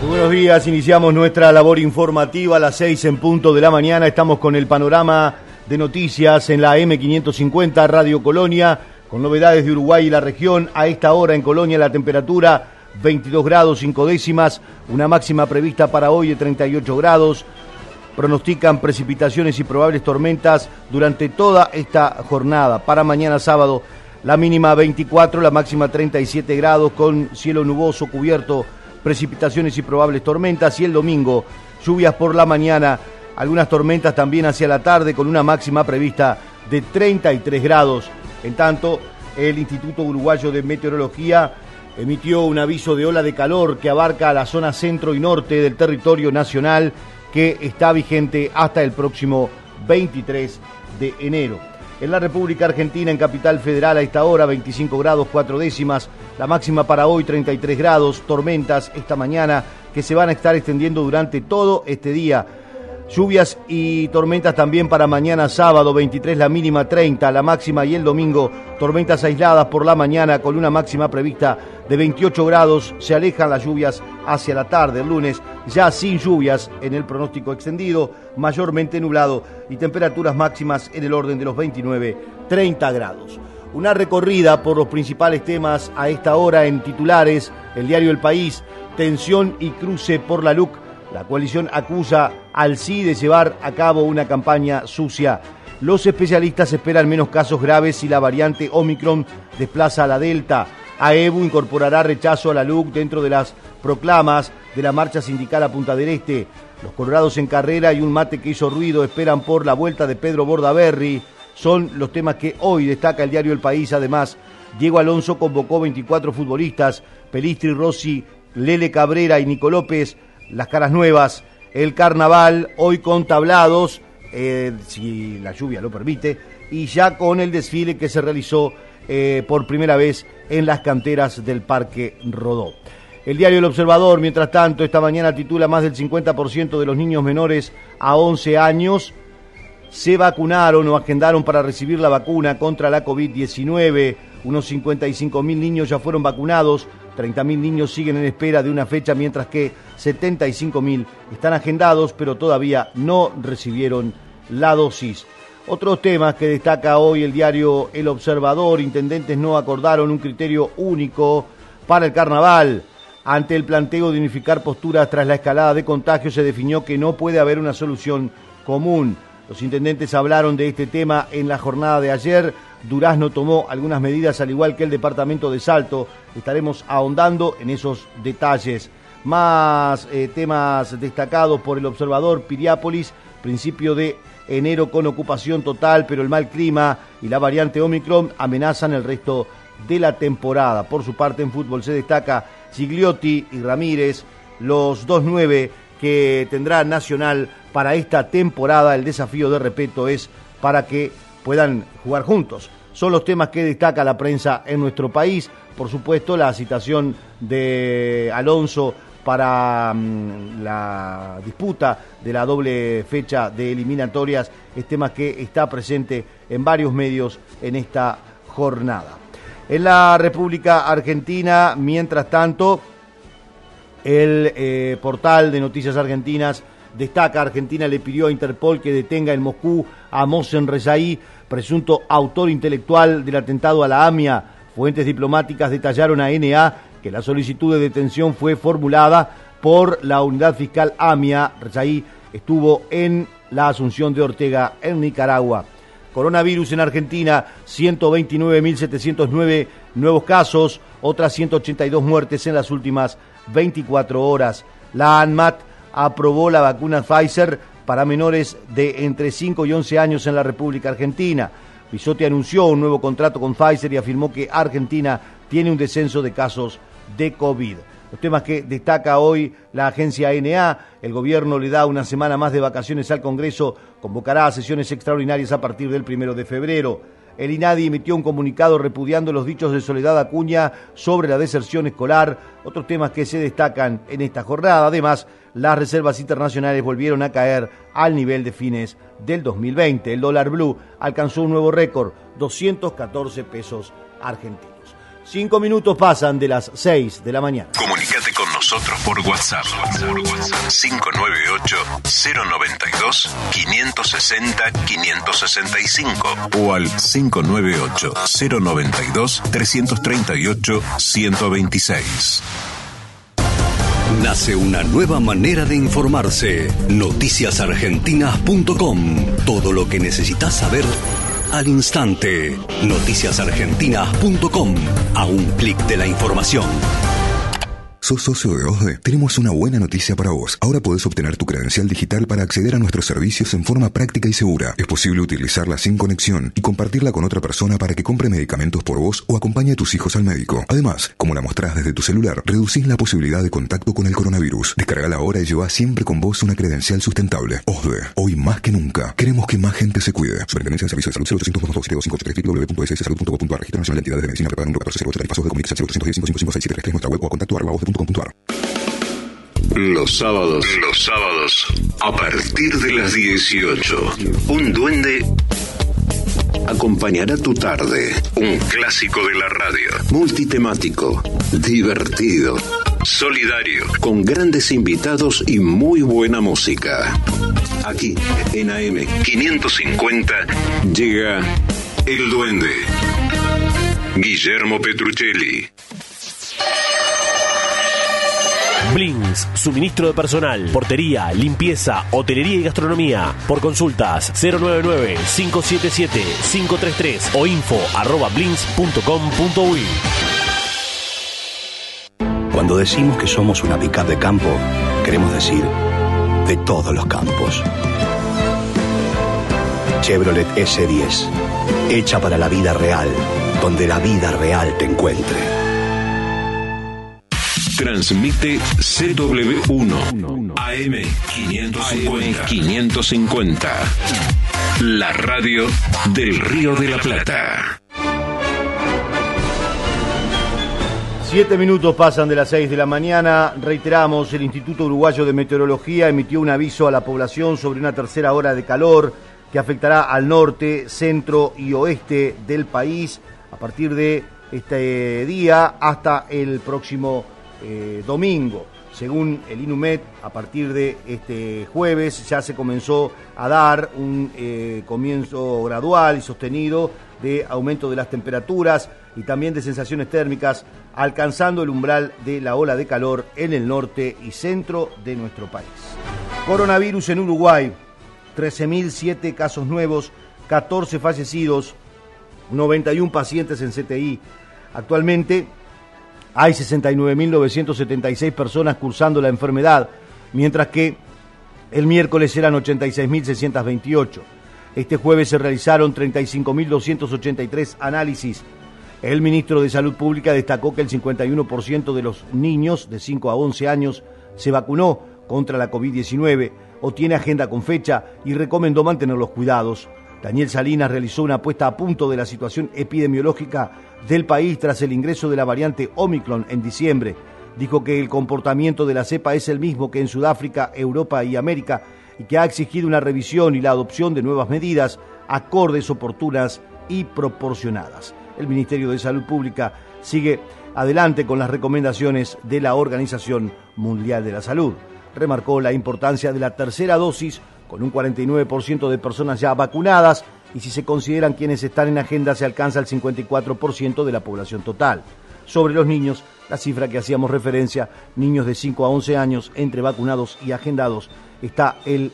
Buenos días, iniciamos nuestra labor informativa a las 6 en punto de la mañana. Estamos con el panorama de noticias en la M550 Radio Colonia, con novedades de Uruguay y la región. A esta hora en Colonia la temperatura 22 grados 5 décimas, una máxima prevista para hoy de 38 grados. Pronostican precipitaciones y probables tormentas durante toda esta jornada. Para mañana sábado, la mínima 24, la máxima 37 grados con cielo nuboso cubierto, precipitaciones y probables tormentas. Y el domingo, lluvias por la mañana, algunas tormentas también hacia la tarde con una máxima prevista de 33 grados. En tanto, el Instituto Uruguayo de Meteorología emitió un aviso de ola de calor que abarca la zona centro y norte del territorio nacional, que está vigente hasta el próximo 23 de enero. En la República Argentina, en Capital Federal, a esta hora 25 grados 4 décimas, la máxima para hoy 33 grados, tormentas esta mañana que se van a estar extendiendo durante todo este día. Lluvias y tormentas también para mañana sábado, 23 la mínima, 30 la máxima, y el domingo tormentas aisladas por la mañana con una máxima prevista de 28 grados. Se alejan las lluvias hacia la tarde. El lunes ya sin lluvias en el pronóstico extendido, mayormente nublado y temperaturas máximas en el orden de los 29-30 grados. Una recorrida por los principales temas a esta hora en titulares. El diario El País: tensión y cruce por la LUC. La coalición acusa al sí de llevar a cabo una campaña sucia. Los especialistas esperan menos casos graves si la variante Omicron desplaza a la Delta. AEBU incorporará rechazo a la LUC dentro de las proclamas de la marcha sindical a Punta del Este. Los colorados en carrera y un mate que hizo ruido esperan por la vuelta de Pedro Bordaberry. Son los temas que hoy destaca el diario El País. Además, Diego Alonso convocó 24 futbolistas: Pelistri, Rossi, Lele Cabrera y Nico López. Las caras nuevas, el carnaval, hoy con tablados, si la lluvia lo permite, y ya con el desfile que se realizó por primera vez en las canteras del Parque Rodó. El diario El Observador, mientras tanto, esta mañana titula: más del 50% de los niños menores a 11 años se vacunaron o agendaron para recibir la vacuna contra la COVID-19. Unos 55.000 niños ya fueron vacunados, 30.000 niños siguen en espera de una fecha, mientras que 75.000 están agendados, pero todavía no recibieron la dosis. Otros temas que destaca hoy el diario El Observador: intendentes no acordaron un criterio único para el carnaval. Ante el planteo de unificar posturas tras la escalada de contagios, se definió que no puede haber una solución común. Los intendentes hablaron de este tema en la jornada de ayer. Durazno tomó algunas medidas, al igual que el departamento de Salto. Estaremos ahondando en esos detalles. Más temas destacados por El Observador: Piriápolis, principio de enero con ocupación total, pero el mal clima y la variante Omicron amenazan el resto de la temporada. Por su parte, en fútbol se destaca Gigliotti y Ramírez, los 2-9 que tendrá Nacional para esta temporada. El desafío de Repeto es para que puedan jugar juntos. Son los temas que destaca la prensa en nuestro país. Por supuesto, la citación de Alonso para la disputa de la doble fecha de eliminatorias es tema que está presente en varios medios en esta jornada. En la República Argentina, mientras tanto, el portal de Noticias Argentinas destaca: Argentina le pidió a Interpol que detenga en Moscú a Mohsen Rezaei, presunto autor intelectual del atentado a la AMIA. Fuentes diplomáticas detallaron a NA que la solicitud de detención fue formulada por la unidad fiscal AMIA. Rezaei estuvo en la Asunción de Ortega, en Nicaragua. Coronavirus en Argentina: 129.709 nuevos casos, otras 182 muertes en las últimas 24 horas. La ANMAT aprobó la vacuna Pfizer para menores de entre 5 y 11 años en la República Argentina. Bisotti anunció un nuevo contrato con Pfizer y afirmó que Argentina tiene un descenso de casos de COVID. Los temas que destaca hoy la agencia ANA: el gobierno le da una semana más de vacaciones al Congreso, convocará a sesiones extraordinarias a partir del 1 de febrero. El INADI emitió un comunicado repudiando los dichos de Soledad Acuña sobre la deserción escolar. Otros temas que se destacan en esta jornada: además, las reservas internacionales volvieron a caer al nivel de fines del 2020. El dólar blue alcanzó un nuevo récord: 214 pesos argentinos. 5 minutos pasan de las 6 de la mañana. Comunicate con nosotros por WhatsApp. 598-092-560-565 o al 598-092-338-126. Nace una nueva manera de informarse. Noticiasargentinas.com. Todo lo que necesitas saber al instante. Noticiasargentinas.com. A un clic de la información. ¿Sos socio de OSDE? Tenemos una buena noticia para vos. Ahora podés obtener tu credencial digital para acceder a nuestros servicios en forma práctica y segura. Es posible utilizarla sin conexión y compartirla con otra persona para que compre medicamentos por vos o acompañe a tus hijos al médico. Además, como la mostrás desde tu celular, reducís la posibilidad de contacto con el coronavirus. Descargala ahora y llevá siempre con vos una credencial sustentable. OSDE, hoy más que nunca, queremos que más gente se cuide. Superintendencia de Servicios de Salud 0800-227-2583 www.sssalud.gov.ar. Registro Nacional de Entidades de Medicina Preparan 1408 Tarifazos de Comunicación 0810-555-673 nuestra web o a contacto@voz.com.ar. Los sábados, a partir de las 18, un duende acompañará tu tarde. Un clásico de la radio, multitemático, divertido, solidario, con grandes invitados y muy buena música. Aquí, en AM 550, llega El Duende. Guillermo Petruccelli. Blins, suministro de personal, portería, limpieza, hotelería y gastronomía. Por consultas 099-577-533 o info@blins.com.uy. Cuando decimos que somos una pick-up de campo, queremos decir de todos los campos. Chevrolet S10, hecha para la vida real, donde la vida real te encuentre. Transmite CW1 AM 550. La radio del Río de la Plata. 7 minutos pasan de las 6 de la mañana. Reiteramos, el Instituto Uruguayo de Meteorología emitió un aviso a la población sobre una tercera ola de calor que afectará al norte, centro y oeste del país a partir de este día hasta el próximo domingo. Según el INUMED, a partir de este jueves ya se comenzó a dar un comienzo gradual y sostenido de aumento de las temperaturas y también de sensaciones térmicas, alcanzando el umbral de la ola de calor en el norte y centro de nuestro país. Coronavirus en Uruguay, 13.007 casos nuevos, 14 fallecidos, 91 pacientes en CTI. Actualmente hay 69.976 personas cursando la enfermedad, mientras que el miércoles eran 86.628. Este jueves se realizaron 35.283 análisis. El ministro de Salud Pública destacó que el 51% de los niños de 5 a 11 años se vacunó contra la COVID-19 o tiene agenda con fecha y recomendó mantener los cuidados. Daniel Salinas realizó una puesta a punto de la situación epidemiológica del país tras el ingreso de la variante Omicron en diciembre. Dijo que el comportamiento de la cepa es el mismo que en Sudáfrica, Europa y América y que ha exigido una revisión y la adopción de nuevas medidas acordes, oportunas y proporcionadas. El Ministerio de Salud Pública sigue adelante con las recomendaciones de la Organización Mundial de la Salud. Remarcó la importancia de la tercera dosis con un 49% de personas ya vacunadas y si se consideran quienes están en agenda se alcanza el 54% de la población total. Sobre los niños, la cifra que hacíamos referencia, niños de 5 a 11 años entre vacunados y agendados, está el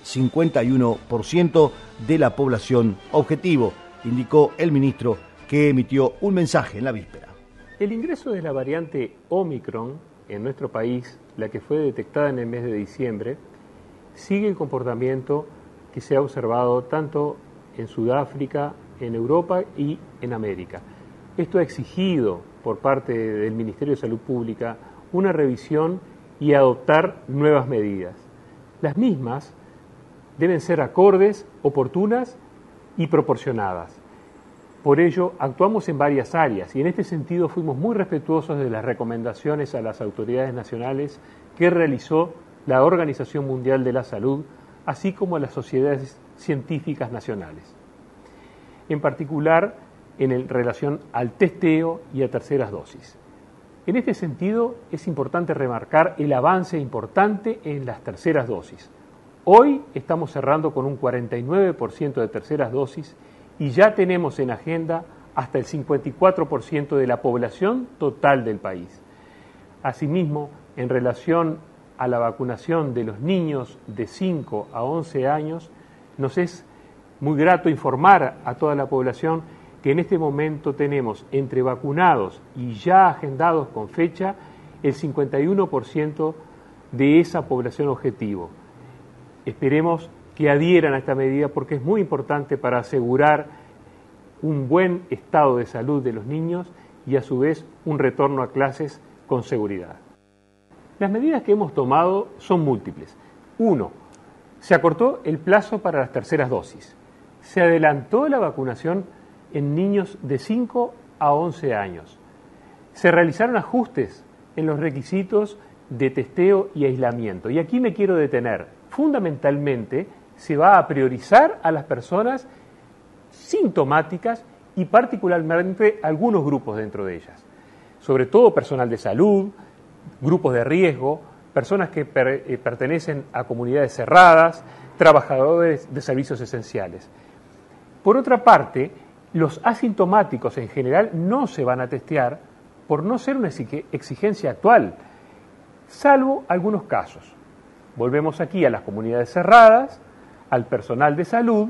51% de la población objetivo, indicó el ministro que emitió un mensaje en la víspera. El ingreso de la variante Omicron en nuestro país, la que fue detectada en el mes de diciembre, sigue el comportamiento que se ha observado tanto en Sudáfrica, en Europa y en América. Esto ha exigido por parte del Ministerio de Salud Pública una revisión y adoptar nuevas medidas. Las mismas deben ser acordes, oportunas y proporcionadas. Por ello, actuamos en varias áreas y en este sentido fuimos muy respetuosos de las recomendaciones a las autoridades nacionales que realizó la Organización Mundial de la Salud, así como a las sociedades científicas nacionales. En particular, en relación al testeo y a terceras dosis. En este sentido, es importante remarcar el avance importante en las terceras dosis. Hoy estamos cerrando con un 49% de terceras dosis y ya tenemos en agenda hasta el 54% de la población total del país. Asimismo, en relación a la vacunación de los niños de 5 a 11 años, nos es muy grato informar a toda la población que en este momento tenemos entre vacunados y ya agendados con fecha el 51% de esa población objetivo. Esperemos que adhieran a esta medida porque es muy importante para asegurar un buen estado de salud de los niños y a su vez un retorno a clases con seguridad. Las medidas que hemos tomado son múltiples. 1. Se acortó el plazo para las terceras dosis. Se adelantó la vacunación en niños de 5 a 11 años. Se realizaron ajustes en los requisitos de testeo y aislamiento. Y aquí me quiero detener. Fundamentalmente, se va a priorizar a las personas sintomáticas y particularmente algunos grupos dentro de ellas. Sobre todo personal de salud, grupos de riesgo, personas que pertenecen a comunidades cerradas, trabajadores de servicios esenciales. Por otra parte, los asintomáticos en general no se van a testear por no ser una exigencia actual, salvo algunos casos. Volvemos aquí a las comunidades cerradas, al personal de salud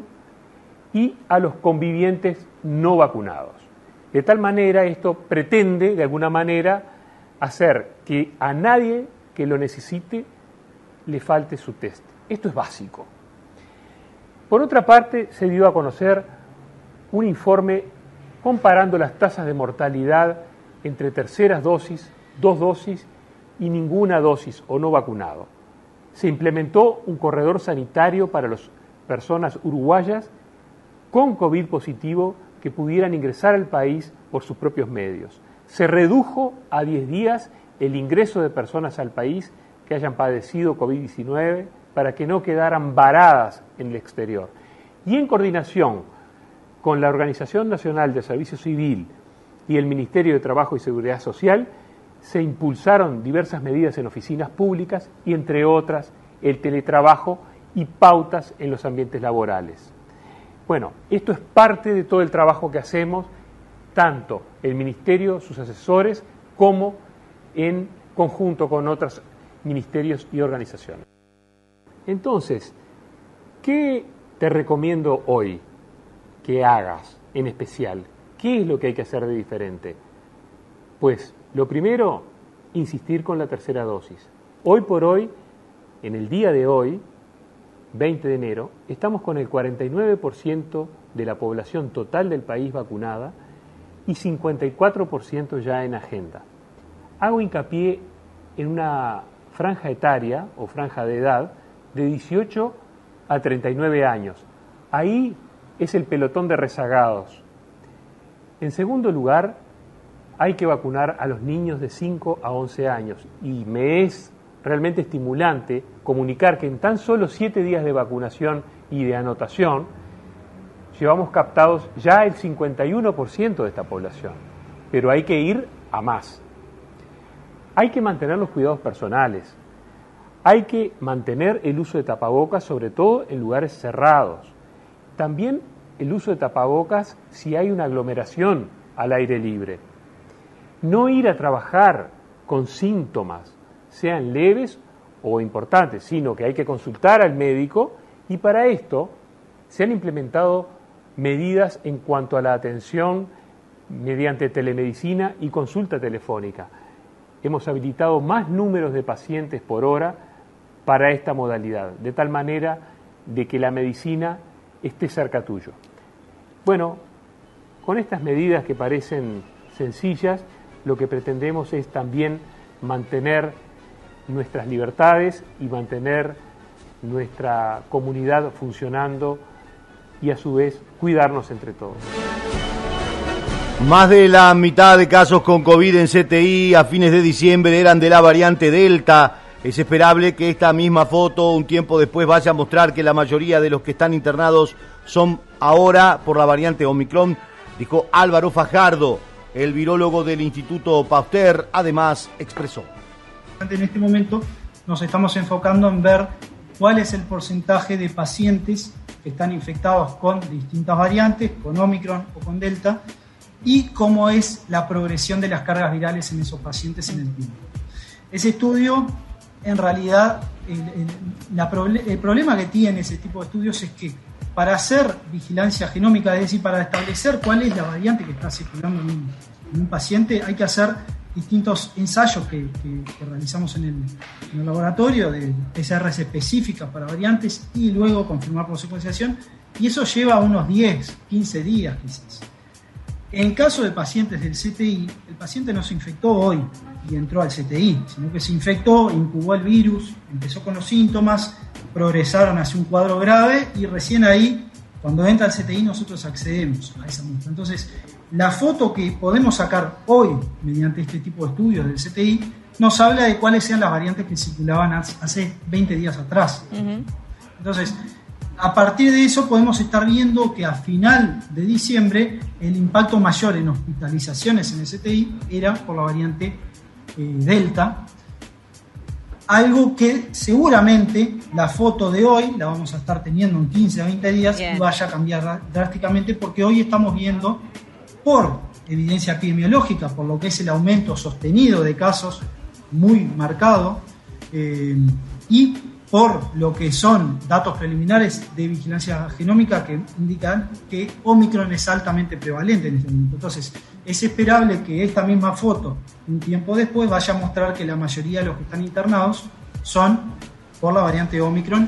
y a los convivientes no vacunados. De tal manera, esto pretende, de alguna manera, hacer que a nadie que lo necesite le falte su test. Esto es básico. Por otra parte, se dio a conocer un informe comparando las tasas de mortalidad entre terceras dosis, 2 dosis y ninguna dosis o no vacunado. Se implementó un corredor sanitario para las personas uruguayas con COVID positivo que pudieran ingresar al país por sus propios medios. Se redujo a 10 días el ingreso de personas al país que hayan padecido COVID-19 para que no quedaran varadas en el exterior. Y en coordinación con la Organización Nacional de Servicio Civil y el Ministerio de Trabajo y Seguridad Social, se impulsaron diversas medidas en oficinas públicas y, entre otras, el teletrabajo y pautas en los ambientes laborales. Bueno, esto es parte de todo el trabajo que hacemos, tanto el Ministerio, sus asesores, como en conjunto con otros ministerios y organizaciones. Entonces, ¿qué te recomiendo hoy que hagas en especial? ¿Qué es lo que hay que hacer de diferente? Pues, lo primero, insistir con la tercera dosis. Hoy por hoy, en el día de hoy, 20 de enero, estamos con el 49% de la población total del país vacunada y 54% ya en agenda. Hago hincapié en una franja etaria o franja de edad de 18 a 39 años. Ahí es el pelotón de rezagados. En segundo lugar, hay que vacunar a los niños de 5 a 11 años y me es realmente estimulante comunicar que en tan solo 7 días de vacunación y de anotación llevamos captados ya el 51% de esta población, pero hay que ir a más. Hay que mantener los cuidados personales, hay que mantener el uso de tapabocas, sobre todo en lugares cerrados. También el uso de tapabocas si hay una aglomeración al aire libre. No ir a trabajar con síntomas, sean leves o importantes, sino que hay que consultar al médico y para esto se han implementado medidas en cuanto a la atención mediante telemedicina y consulta telefónica. Hemos habilitado más números de pacientes por hora para esta modalidad, de tal manera de que la medicina esté cerca tuyo. Bueno, con estas medidas que parecen sencillas, lo que pretendemos es también mantener nuestras libertades y mantener nuestra comunidad funcionando y a su vez cuidarnos entre todos. Más de la mitad de casos con COVID en CTI a fines de diciembre eran de la variante Delta. Es esperable que esta misma foto un tiempo después vaya a mostrar que la mayoría de los que están internados son ahora por la variante Omicron. dijo Álvaro Fajardo, el virólogo del Instituto Pasteur. Además, expresó: en este momento nos estamos enfocando en ver cuál es el porcentaje de pacientes que están infectados con distintas variantes, con Omicron o con Delta, y cómo es la progresión de las cargas virales en esos pacientes en el tiempo. Ese estudio, en realidad, el problema que tiene ese tipo de estudios es que para hacer vigilancia genómica, es decir, para establecer cuál es la variante que está circulando en un paciente, hay que hacer distintos ensayos que realizamos en el laboratorio de PCRs específicas para variantes y luego confirmar por secuenciación, y eso lleva unos 10, 15 días quizás. En caso de pacientes del CTI, el paciente no se infectó hoy y entró al CTI, sino que se infectó, incubó el virus, empezó con los síntomas, progresaron hacia un cuadro grave y recién ahí, cuando entra al CTI, nosotros accedemos a esa muestra. Entonces, la foto que podemos sacar hoy mediante este tipo de estudios del CTI nos habla de cuáles sean las variantes que circulaban hace 20 días atrás. Uh-huh. Entonces, a partir de eso podemos estar viendo que a final de diciembre el impacto mayor en hospitalizaciones en el CTI era por la variante Delta, algo que seguramente la foto de hoy la vamos a estar teniendo en 15 a 20 días y vaya a cambiar drásticamente, porque hoy estamos viendo, por evidencia epidemiológica, por lo que es el aumento sostenido de casos muy marcado, y por lo que son datos preliminares de vigilancia genómica que indican que Omicron es altamente prevalente en este momento. Entonces, es esperable que esta misma foto, un tiempo después, vaya a mostrar que la mayoría de los que están internados son por la variante Omicron.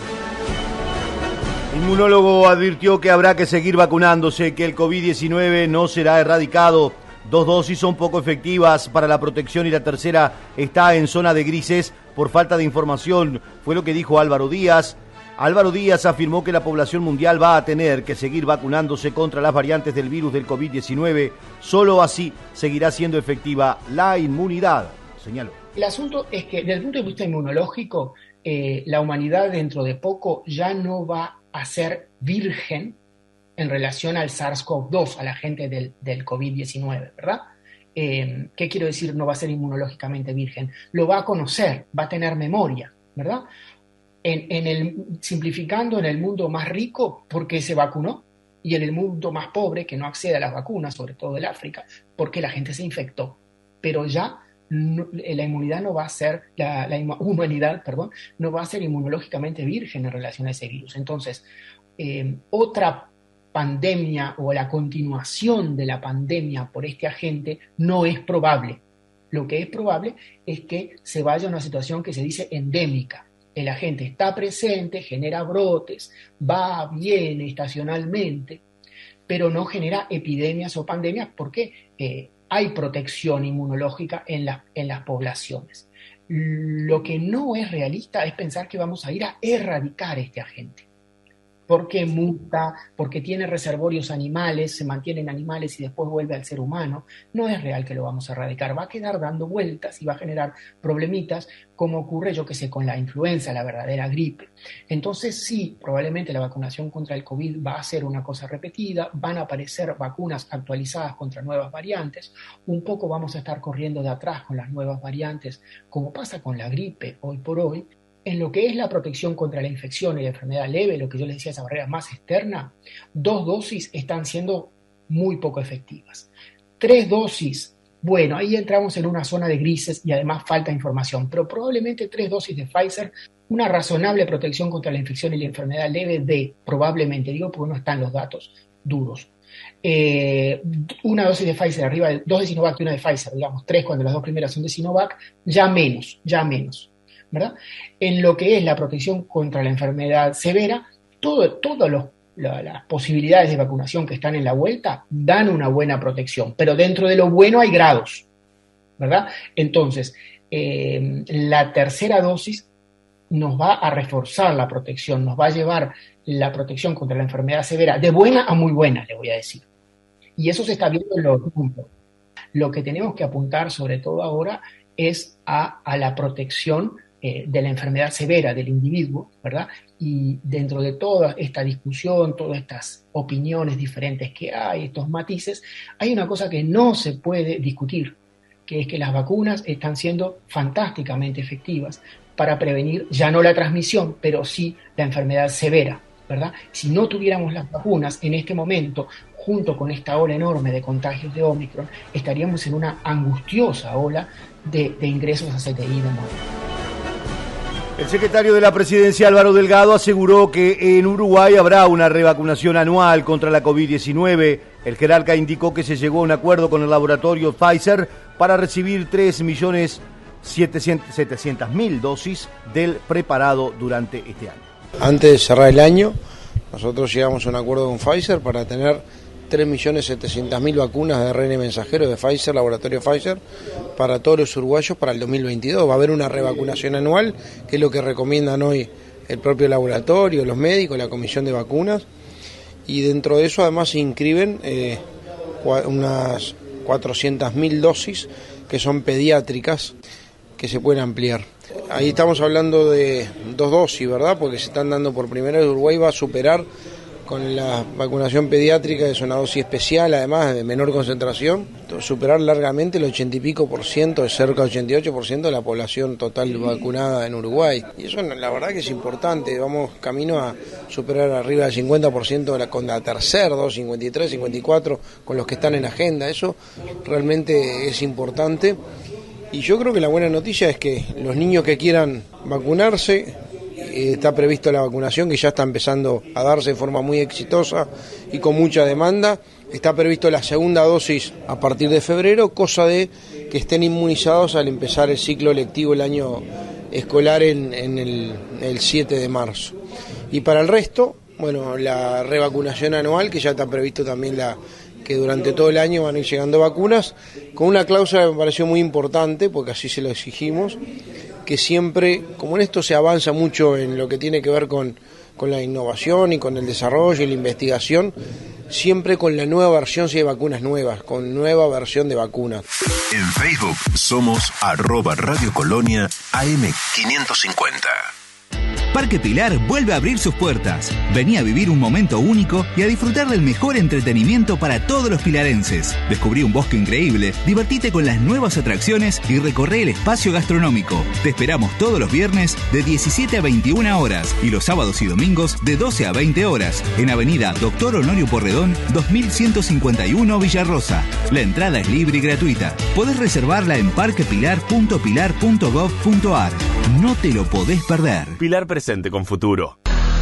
El inmunólogo advirtió que habrá que seguir vacunándose, que el COVID-19 no será erradicado. 2 dosis son poco efectivas para la protección y la tercera está en zona de grises por falta de información, fue lo que dijo Álvaro Díaz. Álvaro Díaz afirmó que la población mundial va a tener que seguir vacunándose contra las variantes del virus del COVID-19. Solo así seguirá siendo efectiva la inmunidad, señaló. El asunto es que, desde el punto de vista inmunológico, la humanidad dentro de poco ya no va a ser virgen en relación al SARS-CoV-2, a la gente del COVID-19, ¿verdad? ¿Qué quiero decir? No va a ser inmunológicamente virgen. Lo va a conocer, va a tener memoria, ¿verdad? Simplificando, en el mundo más rico, porque se vacunó, y en el mundo más pobre, que no accede a las vacunas, sobre todo el África, porque la gente se infectó. Pero ya la inmunidad no va a ser, la humanidad, perdón, no va a ser inmunológicamente virgen en relación a ese virus. Entonces, otra pandemia o la continuación de la pandemia por este agente no es probable. Lo que es probable es que se vaya a una situación que se dice endémica. El agente está presente, genera brotes, va, viene estacionalmente, pero no genera epidemias o pandemias porque hay protección inmunológica en las poblaciones. Lo que no es realista es pensar que vamos a ir a erradicar este agente. Porque muta, porque tiene reservorios animales, se mantienen animales y después vuelve al ser humano. No es real que lo vamos a erradicar, va a quedar dando vueltas y va a generar problemitas, como ocurre, yo que sé, con la influenza, la verdadera gripe. Entonces sí, probablemente la vacunación contra el COVID va a ser una cosa repetida, van a aparecer vacunas actualizadas contra nuevas variantes, un poco vamos a estar corriendo de atrás con las nuevas variantes, como pasa con la gripe hoy por hoy. En lo que es la protección contra la infección y la enfermedad leve, lo que yo les decía, esa barrera más externa, 2 dosis están siendo muy poco efectivas. 3 dosis, bueno, ahí entramos en una zona de grises y además falta información, pero probablemente 3 dosis de Pfizer, una razonable protección contra la infección y la enfermedad leve probablemente, digo porque no están los datos duros. Una dosis de Pfizer arriba de 2 de Sinovac y una de Pfizer, digamos 3 cuando las 2 primeras son de Sinovac, ya menos. ¿Verdad? En lo que es la protección contra la enfermedad severa, todas las posibilidades de vacunación que están en la vuelta dan una buena protección, pero dentro de lo bueno hay grados, ¿verdad? Entonces, la tercera dosis nos va a reforzar la protección, nos va a llevar la protección contra la enfermedad severa de buena a muy buena, le voy a decir. Y eso se está viendo en los puntos. Lo que tenemos que apuntar sobre todo ahora es a la protección de la enfermedad severa del individuo, ¿verdad? Y dentro de toda esta discusión, todas estas opiniones diferentes que hay, estos matices, hay una cosa que no se puede discutir, que es que las vacunas están siendo fantásticamente efectivas para prevenir ya no la transmisión, pero sí la enfermedad severa, ¿verdad? Si no tuviéramos las vacunas en este momento, junto con esta ola enorme de contagios de Omicron, estaríamos en una angustiosa ola de ingresos a CTI de muerte. El secretario de la Presidencia, Álvaro Delgado, aseguró que en Uruguay habrá una revacunación anual contra la COVID-19. El jerarca indicó que se llegó a un acuerdo con el laboratorio Pfizer para recibir 3.700.000 dosis del preparado durante este año. Antes de cerrar el año, nosotros llegamos a un acuerdo con Pfizer para tener 3.700.000 vacunas de ARN mensajero de Pfizer, laboratorio Pfizer, para todos los uruguayos para el 2022. Va a haber una revacunación anual, que es lo que recomiendan hoy el propio laboratorio, los médicos, la comisión de vacunas, y dentro de eso además se inscriben unas 400.000 dosis que son pediátricas, que se pueden ampliar. Ahí estamos hablando de 2 dosis, ¿verdad? Porque se están dando por primera vez. Uruguay va a superar con la vacunación pediátrica, es una dosis especial, además de menor concentración, superar largamente el 80 y pico por ciento, cerca del 88% de la población total vacunada en Uruguay. Y eso la verdad que es importante, vamos camino a superar arriba del 50% con la tercera dosis, 53, 54, con los que están en agenda. Eso realmente es importante. Y yo creo que la buena noticia es que los niños que quieran vacunarse, está previsto la vacunación que ya está empezando a darse de forma muy exitosa y con mucha demanda. Está previsto la segunda dosis a partir de febrero, cosa de que estén inmunizados al empezar el ciclo lectivo el año escolar en el 7 de marzo. Y para el resto, bueno, la revacunación anual, que ya está previsto también que durante todo el año van a ir llegando vacunas, con una cláusula que me pareció muy importante, porque así se lo exigimos, que siempre, como en esto se avanza mucho en lo que tiene que ver con la innovación y con el desarrollo y la investigación, siempre con la nueva versión, si hay vacunas nuevas, con nueva versión de vacunas. En Facebook somos @Radio Colonia AM550. Parque Pilar vuelve a abrir sus puertas. Vení a vivir un momento único y a disfrutar del mejor entretenimiento para todos los pilarenses. Descubrí un bosque increíble, divertite con las nuevas atracciones y recorre el espacio gastronómico. Te esperamos todos los viernes de 17 a 21 horas y los sábados y domingos de 12 a 20 horas en Avenida Dr. Honorio Porredón, 2151 Villarrosa. La entrada es libre y gratuita. Podés reservarla en parquepilar.pilar.gov.ar. No te lo podés perder. Pilar presente con futuro.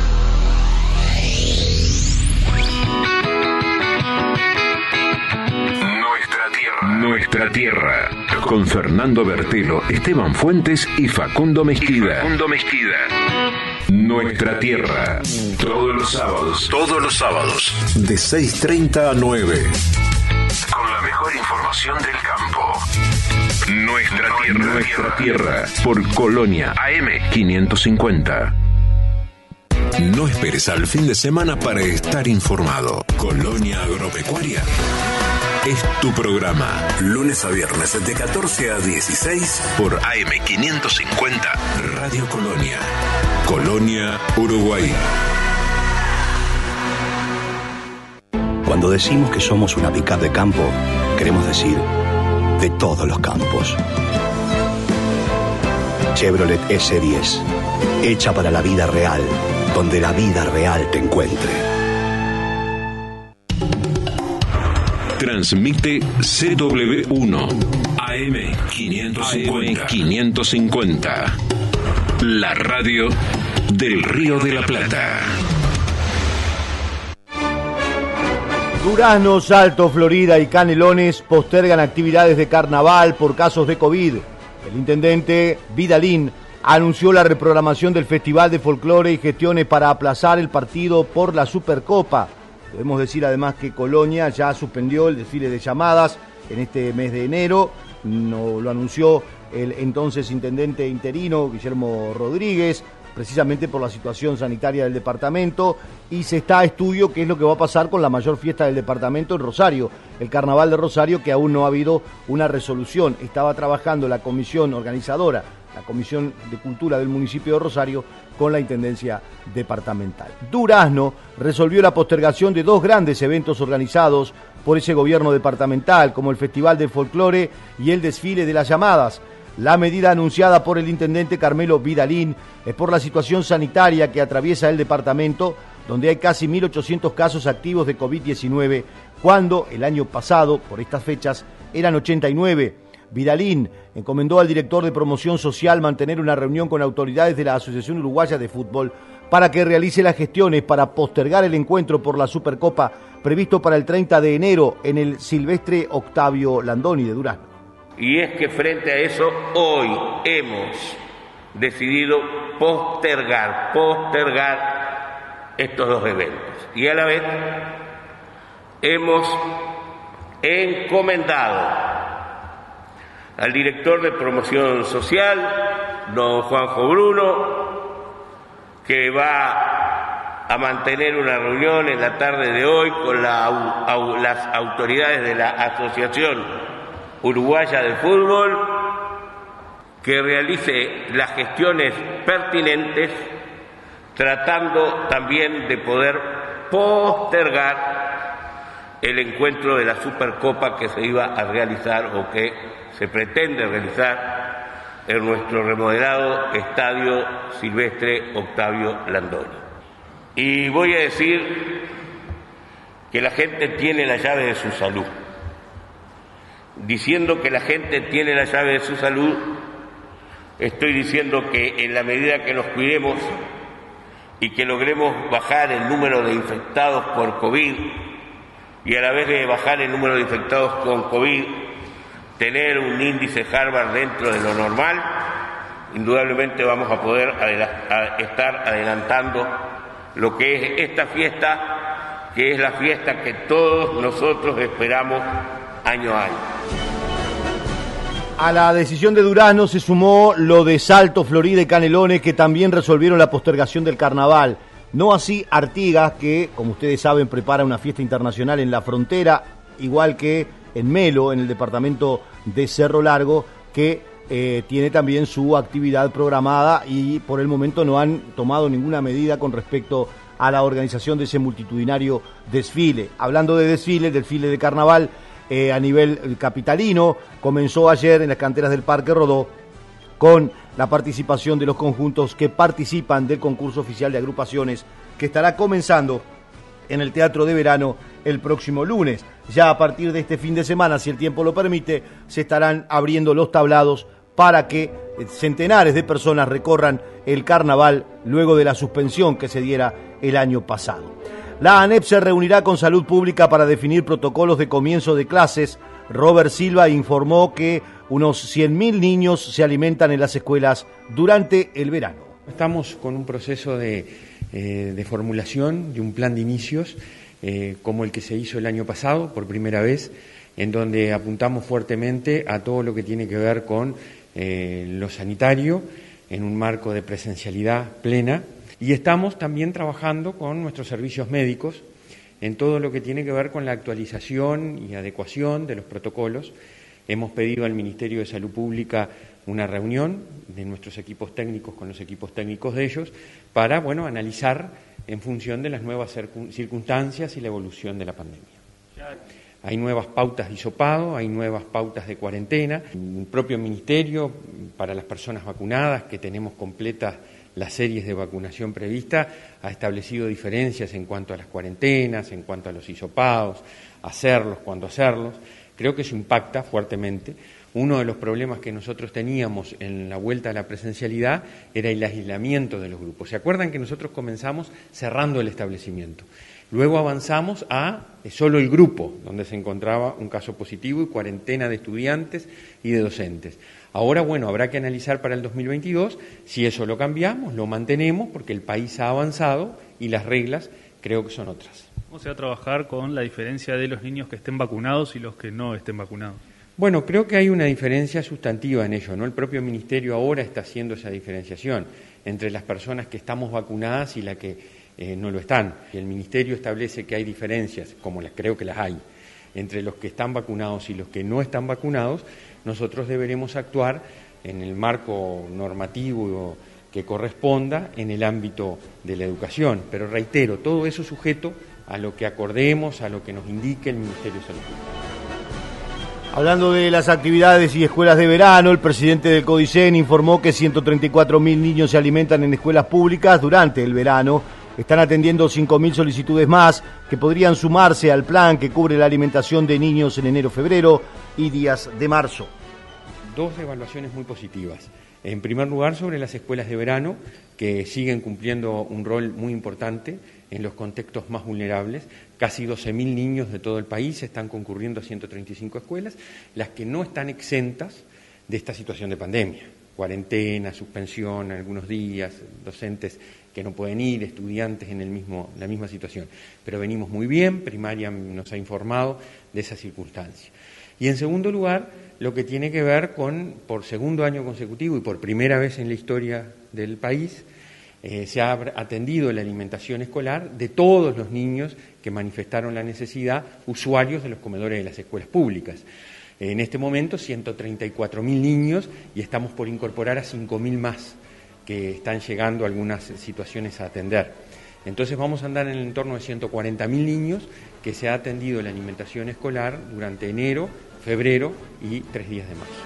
Nuestra Tierra. Con Fernando Bertelo, Esteban Fuentes y Facundo Mezquida. Nuestra Tierra. Todos los sábados. De 6:30 a 9. Con la mejor información del campo. Nuestra Tierra. Por Colonia AM550. No esperes al fin de semana para estar informado. Colonia Agropecuaria es tu programa. Lunes a viernes de 14 a 16 por AM550 Radio Colonia. Colonia, Uruguay. Cuando decimos que somos una pick-up de campo, queremos decir de todos los campos. Chevrolet S10, hecha para la vida real, donde la vida real te encuentre. Transmite CW1 AM550. La radio del Río de la Plata. Durazno, Salto, Florida y Canelones postergan actividades de carnaval por casos de COVID. El intendente Vidalín anunció la reprogramación del Festival de Folclore y gestiones para aplazar el partido por la Supercopa. Debemos decir además que Colonia ya suspendió el desfile de llamadas en este mes de enero. No lo anunció el entonces intendente interino Guillermo Rodríguez precisamente por la situación sanitaria del departamento, y se está a estudio qué es lo que va a pasar con la mayor fiesta del departamento en Rosario, el Carnaval de Rosario, que aún no ha habido una resolución. Estaba trabajando la comisión organizadora, la Comisión de Cultura del municipio de Rosario, con la Intendencia Departamental. Durazno resolvió la postergación de 2 grandes eventos organizados por ese gobierno departamental, como el Festival del Folclore y el Desfile de las Llamadas. La medida anunciada por el intendente Carmelo Vidalín es por la situación sanitaria que atraviesa el departamento, donde hay casi 1.800 casos activos de COVID-19, cuando el año pasado, por estas fechas, eran 89. Vidalín encomendó al director de Promoción Social mantener una reunión con autoridades de la Asociación Uruguaya de Fútbol para que realice las gestiones para postergar el encuentro por la Supercopa previsto para el 30 de enero en el Silvestre Octavio Landoni de Durazno. Y es que frente a eso hoy hemos decidido postergar estos 2 eventos. Y a la vez hemos encomendado al director de Promoción Social, don Juanjo Bruno, que va a mantener una reunión en la tarde de hoy con las autoridades de la Asociación Uruguaya de Fútbol, que realice las gestiones pertinentes, tratando también de poder postergar el encuentro de la Supercopa que se iba a realizar o que se pretende realizar en nuestro remodelado Estadio Silvestre Octavio Landoni. Y voy a decir que la gente tiene la llave de su salud. Diciendo que la gente tiene la llave de su salud, estoy diciendo que en la medida que nos cuidemos y que logremos bajar el número de infectados por COVID, y a la vez de bajar el número de infectados con COVID, tener un índice Harvard dentro de lo normal, indudablemente vamos a poder estar adelantando lo que es esta fiesta, que es la fiesta que todos nosotros esperamos año a año. A la decisión de Durazno se sumó lo de Salto, Florida y Canelones, que también resolvieron la postergación del carnaval. No así Artigas, que, como ustedes saben, prepara una fiesta internacional en la frontera, igual que en Melo, en el departamento de Cerro Largo, que tiene también su actividad programada y por el momento no han tomado ninguna medida con respecto a la organización de ese multitudinario desfile. Hablando de desfile, el desfile de carnaval a nivel capitalino comenzó ayer en las canteras del Parque Rodó con la participación de los conjuntos que participan del concurso oficial de agrupaciones que estará comenzando en el Teatro de Verano el próximo lunes. Ya a partir de este fin de semana, si el tiempo lo permite, se estarán abriendo los tablados para que centenares de personas recorran el carnaval luego de la suspensión que se diera el año pasado. La ANEP se reunirá con Salud Pública para definir protocolos de comienzo de clases. Robert Silva informó que unos 100.000 niños se alimentan en las escuelas durante el verano. Estamos con un proceso de formulación de un plan de inicios como el que se hizo el año pasado por primera vez, en donde apuntamos fuertemente a todo lo que tiene que ver con lo sanitario en un marco de presencialidad plena, y estamos también trabajando con nuestros servicios médicos en todo lo que tiene que ver con la actualización y adecuación de los protocolos. Hemos pedido al Ministerio de Salud Pública una reunión de nuestros equipos técnicos con los equipos técnicos de ellos para, analizar en función de las nuevas circunstancias y la evolución de la pandemia. Hay nuevas pautas de hisopado, hay nuevas pautas de cuarentena. El propio Ministerio, para las personas vacunadas, que tenemos completas las series de vacunación prevista, ha establecido diferencias en cuanto a las cuarentenas, en cuanto a los hisopados, hacerlos, cuándo hacerlos. Creo que eso impacta fuertemente. Uno de los problemas que nosotros teníamos en la vuelta a la presencialidad era el aislamiento de los grupos. ¿Se acuerdan que nosotros comenzamos cerrando el establecimiento? Luego avanzamos a solo el grupo, donde se encontraba un caso positivo y cuarentena de estudiantes y de docentes. Ahora, habrá que analizar para el 2022 si eso lo cambiamos, lo mantenemos, porque el país ha avanzado y las reglas creo que son otras. ¿Cómo se va a trabajar con la diferencia de los niños que estén vacunados y los que no estén vacunados? Bueno, creo que hay una diferencia sustantiva en ello, ¿no? El propio Ministerio ahora está haciendo esa diferenciación entre las personas que estamos vacunadas y las que no lo están. Y el Ministerio establece que hay diferencias, como creo que las hay, entre los que están vacunados y los que no están vacunados. Nosotros deberemos actuar en el marco normativo que corresponda en el ámbito de la educación. Pero reitero, todo eso sujeto a lo que acordemos, a lo que nos indique el Ministerio de Salud Pública. Hablando de las actividades y escuelas de verano, el presidente del CODICEN informó que 134.000 niños se alimentan en escuelas públicas durante el verano. Están atendiendo 5.000 solicitudes más que podrían sumarse al plan que cubre la alimentación de niños en enero, febrero y días de marzo. Dos evaluaciones muy positivas. En primer lugar, sobre las escuelas de verano, que siguen cumpliendo un rol muy importante en los contextos más vulnerables. Casi 12.000 niños de todo el país están concurriendo a 135 escuelas, las que no están exentas de esta situación de pandemia. Cuarentena, suspensión, algunos días, docentes que no pueden ir, estudiantes en la misma situación. Pero venimos muy bien, Primaria nos ha informado de esa circunstancia. Y en segundo lugar, lo que tiene que ver con, por segundo año consecutivo y por primera vez en la historia del país, se ha atendido la alimentación escolar de todos los niños que manifestaron la necesidad, usuarios de los comedores de las escuelas públicas. En este momento, 134.000 niños y estamos por incorporar a 5.000 más que están llegando a algunas situaciones a atender. Entonces vamos a andar en el entorno de 140.000 niños que se ha atendido la alimentación escolar durante enero, febrero y 3 días de marzo.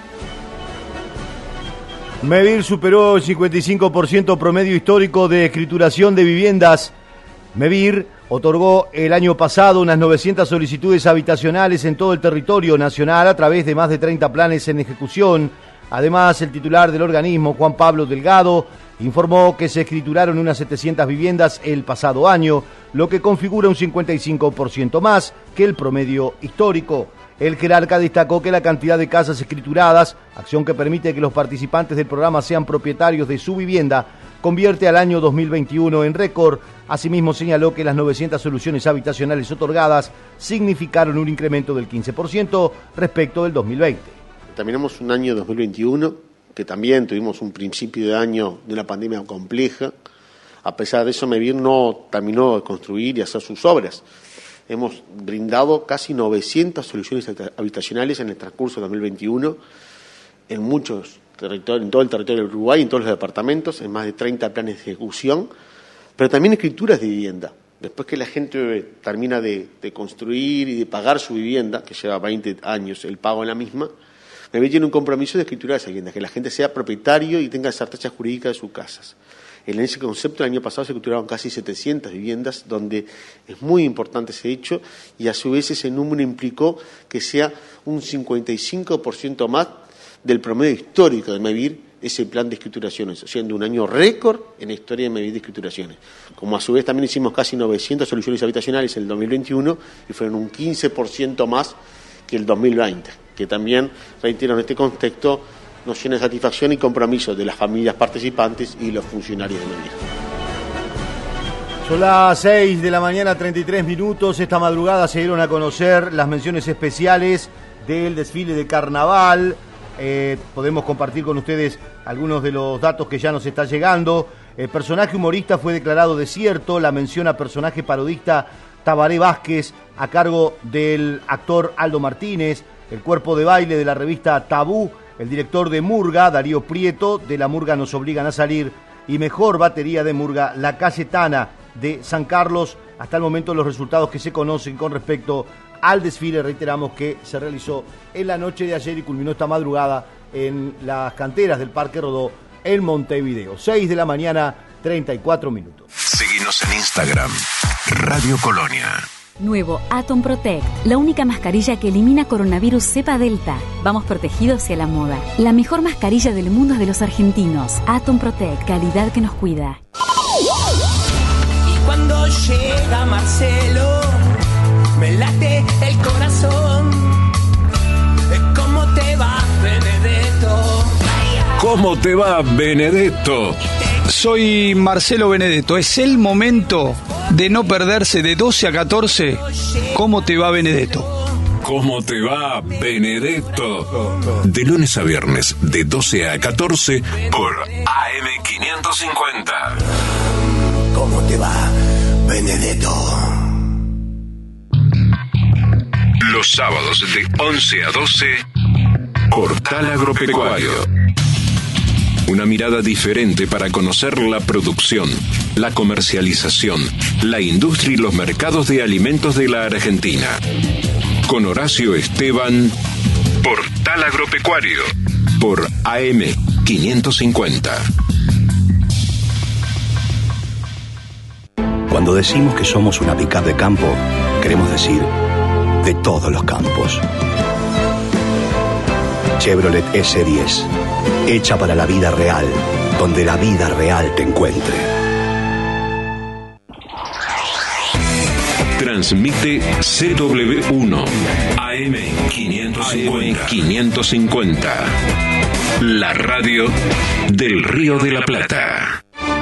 Mevir superó el 55% promedio histórico de escrituración de viviendas. Mevir otorgó el año pasado unas 900 solicitudes habitacionales en todo el territorio nacional a través de más de 30 planes en ejecución. Además, el titular del organismo, Juan Pablo Delgado, informó que se escrituraron unas 700 viviendas el pasado año, lo que configura un 55% más que el promedio histórico. El jerarca destacó que la cantidad de casas escrituradas, acción que permite que los participantes del programa sean propietarios de su vivienda, convierte al año 2021 en récord. Asimismo, señaló que las 900 soluciones habitacionales otorgadas significaron un incremento del 15% respecto del 2020. Terminamos un año 2021 que también tuvimos un principio de año de una pandemia compleja. A pesar de eso, Mevir no terminó de construir y hacer sus obras. Hemos brindado casi 900 soluciones habitacionales en el transcurso de 2021 en muchos territorios, en todo el territorio del Uruguay, en todos los departamentos, en más de 30 planes de ejecución, pero también escrituras de vivienda. Después que la gente termina de construir y de pagar su vivienda, que lleva 20 años el pago en la misma, Mevir tiene un compromiso de escritura de esa vivienda, que la gente sea propietario y tenga certeza jurídica de sus casas. En ese concepto, el año pasado se escrituraron casi 700 viviendas, donde es muy importante ese hecho, y a su vez ese número implicó que sea un 55% más del promedio histórico de Mevir, ese plan de escrituraciones, siendo un año récord en la historia de Mevir de escrituraciones. Como a su vez también hicimos casi 900 soluciones habitacionales en el 2021, y fueron un 15% más que el 2020, que también, reitero, en este contexto, nos llena de satisfacción y compromiso de las familias participantes y los funcionarios de Mevir. Son las 6 de la mañana, 33 minutos. Esta madrugada se dieron a conocer las menciones especiales del desfile de carnaval. Podemos compartir con ustedes algunos de los datos que ya nos está llegando. El personaje humorista fue declarado desierto. La mención a personaje parodista Tabaré Vázquez a cargo del actor Aldo Martínez. El cuerpo de baile de la revista Tabú. El director de Murga, Darío Prieto, de La Murga Nos Obligan a Salir, y mejor batería de Murga, La Cayetana de San Carlos. Hasta el momento los resultados que se conocen con respecto al desfile, reiteramos que se realizó en la noche de ayer y culminó esta madrugada en las canteras del Parque Rodó en Montevideo. 6 de la mañana, 34 minutos. Seguinos en Instagram, Radio Colonia. Nuevo Atom Protect, la única mascarilla que elimina coronavirus cepa delta. Vamos protegidos hacia la moda. La mejor mascarilla del mundo es de los argentinos. Atom Protect, calidad que nos cuida. Y cuando llega Marcelo, me late el corazón. ¿Cómo te va, Benedetto? ¿Cómo te va, Benedetto? Soy Marcelo Benedetto. Es el momento de no perderse de 12 a 14. ¿Cómo te va, Benedetto? ¿Cómo te va, Benedetto? De lunes a viernes, de 12 a 14, por AM550. ¿Cómo te va, Benedetto? Los sábados de 11 a 12, Portal Agropecuario. Una mirada diferente para conocer la producción, la comercialización, la industria y los mercados de alimentos de la Argentina. Con Horacio Esteban, Portal Agropecuario, por AM550. Cuando decimos que somos una pick-up de campo, queremos decir de todos los campos. Chevrolet S10, hecha para la vida real, donde la vida real te encuentre. Transmite CW1 AM550, la radio del Río de la Plata.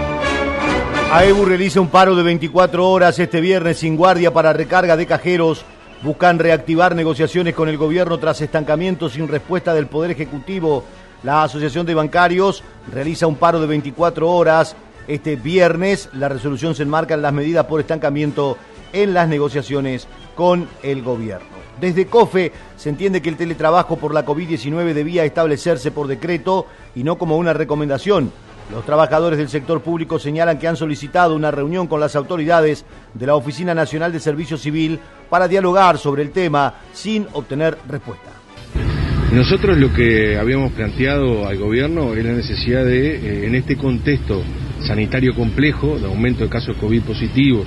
AEBU realiza un paro de 24 horas este viernes sin guardia para recarga de cajeros. Buscan reactivar negociaciones con el gobierno tras estancamiento sin respuesta del Poder Ejecutivo. La Asociación de Bancarios realiza un paro de 24 horas este viernes. La resolución se enmarca en las medidas por estancamiento en las negociaciones con el gobierno. Desde COFE se entiende que el teletrabajo por la COVID-19 debía establecerse por decreto y no como una recomendación. Los trabajadores del sector público señalan que han solicitado una reunión con las autoridades de la Oficina Nacional de Servicio Civil para dialogar sobre el tema sin obtener respuesta. Nosotros lo que habíamos planteado al gobierno es la necesidad de, en este contexto sanitario complejo, de aumento de casos COVID positivos,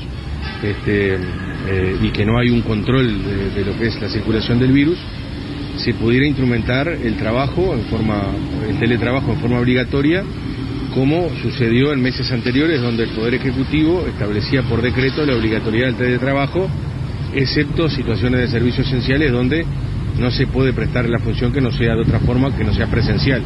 y que no hay un control de lo que es la circulación del virus, se pudiera instrumentar el teletrabajo en forma obligatoria, como sucedió en meses anteriores, donde el Poder Ejecutivo establecía por decreto la obligatoriedad del teletrabajo, excepto situaciones de servicios esenciales donde no se puede prestar la función que no sea de otra forma, que no sea presencial.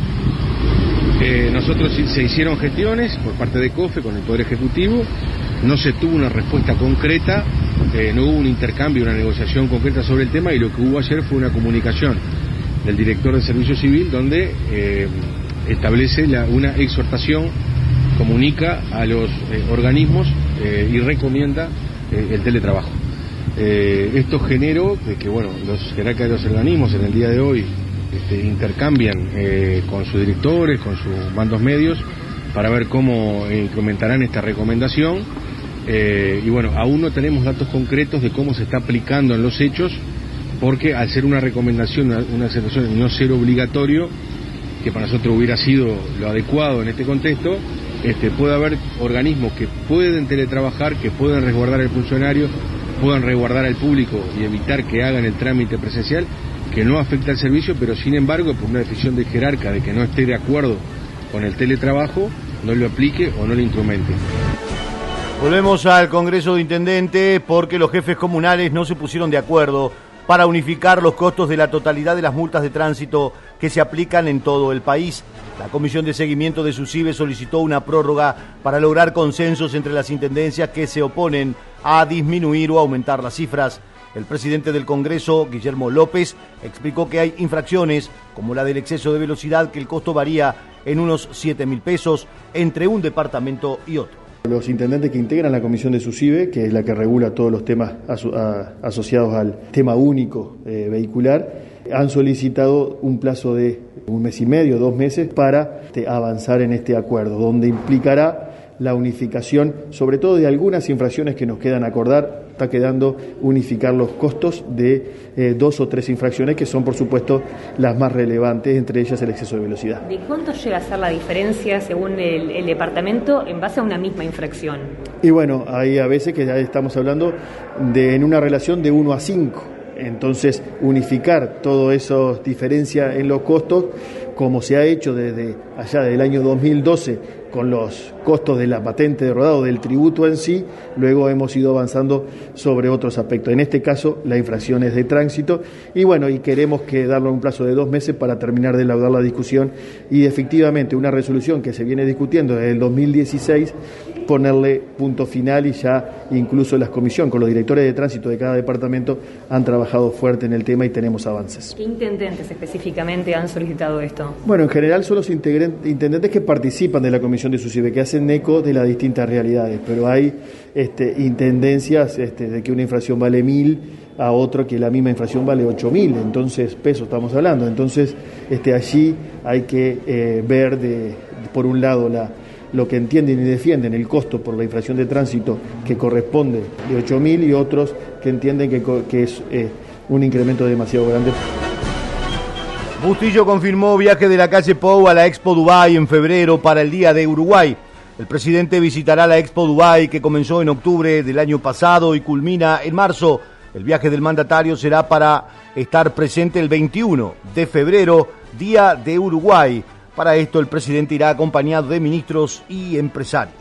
Nosotros se hicieron gestiones por parte de COFE con el Poder Ejecutivo, no se tuvo una respuesta concreta, no hubo un intercambio, una negociación concreta sobre el tema, y lo que hubo ayer fue una comunicación del director de Servicio Civil donde establece una exhortación, comunica a los organismos y recomienda el teletrabajo. Esto generó que los jerarcas de los organismos en el día de hoy intercambian con sus directores, con sus mandos medios, para ver cómo implementarán esta recomendación. Aún no tenemos datos concretos de cómo se está aplicando en los hechos, porque al ser una recomendación, una excepción y no ser obligatorio, que para nosotros hubiera sido lo adecuado en este contexto, puede haber organismos que pueden teletrabajar, que pueden resguardar al funcionario, puedan resguardar al público y evitar que hagan el trámite presencial, que no afecta al servicio, pero sin embargo, por una decisión de jerarca de que no esté de acuerdo con el teletrabajo, no lo aplique o no lo instrumente. Volvemos al Congreso de Intendentes porque los jefes comunales no se pusieron de acuerdo para unificar los costos de la totalidad de las multas de tránsito que se aplican en todo el país. La Comisión de Seguimiento de SUSIBE solicitó una prórroga para lograr consensos entre las intendencias que se oponen a disminuir o aumentar las cifras. El presidente del Congreso, Guillermo López, explicó que hay infracciones, como la del exceso de velocidad, que el costo varía en unos 7.000 pesos entre un departamento y otro. Los intendentes que integran la comisión de SUSIBE, que es la que regula todos los temas asociados al tema único vehicular, han solicitado un plazo de 1 mes y medio, 2 meses, para avanzar en este acuerdo, donde implicará la unificación, sobre todo de algunas infracciones que nos quedan acordar. Está quedando unificar los costos de 2 o 3 infracciones que son, por supuesto, las más relevantes, entre ellas el exceso de velocidad. ¿De cuánto llega a ser la diferencia según el departamento en base a una misma infracción? Y bueno, hay a veces que ya estamos hablando en una relación de 1 a 5. Entonces, unificar toda esa diferencia en los costos, como se ha hecho desde allá del año 2012 con los costos de la patente de rodado, del tributo en sí, luego hemos ido avanzando sobre otros aspectos. En este caso, la infracción es de tránsito y queremos darle un plazo de 2 meses para terminar de elaborar la discusión y efectivamente una resolución que se viene discutiendo desde el 2016 ponerle punto final, y ya incluso las comisiones con los directores de tránsito de cada departamento han trabajado fuerte en el tema y tenemos avances. ¿Qué intendentes específicamente han solicitado esto? Bueno, en general son los intendentes que participan de la comisión de SUSIBE, que hacen eco de las distintas realidades, pero hay intendencias de que una infracción vale 1.000, a otro que la misma infracción vale 8.000, entonces pesos estamos hablando. Entonces allí hay que ver por un lado lo que entienden y defienden el costo por la infracción de tránsito que corresponde de 8.000, y otros que entienden que es un incremento demasiado grande. Bustillo confirmó viaje de la calle Pou a la Expo Dubai en febrero para el Día de Uruguay. El presidente visitará la Expo Dubai, que comenzó en octubre del año pasado y culmina en marzo. El viaje del mandatario será para estar presente el 21 de febrero, Día de Uruguay. Para esto el presidente irá acompañado de ministros y empresarios.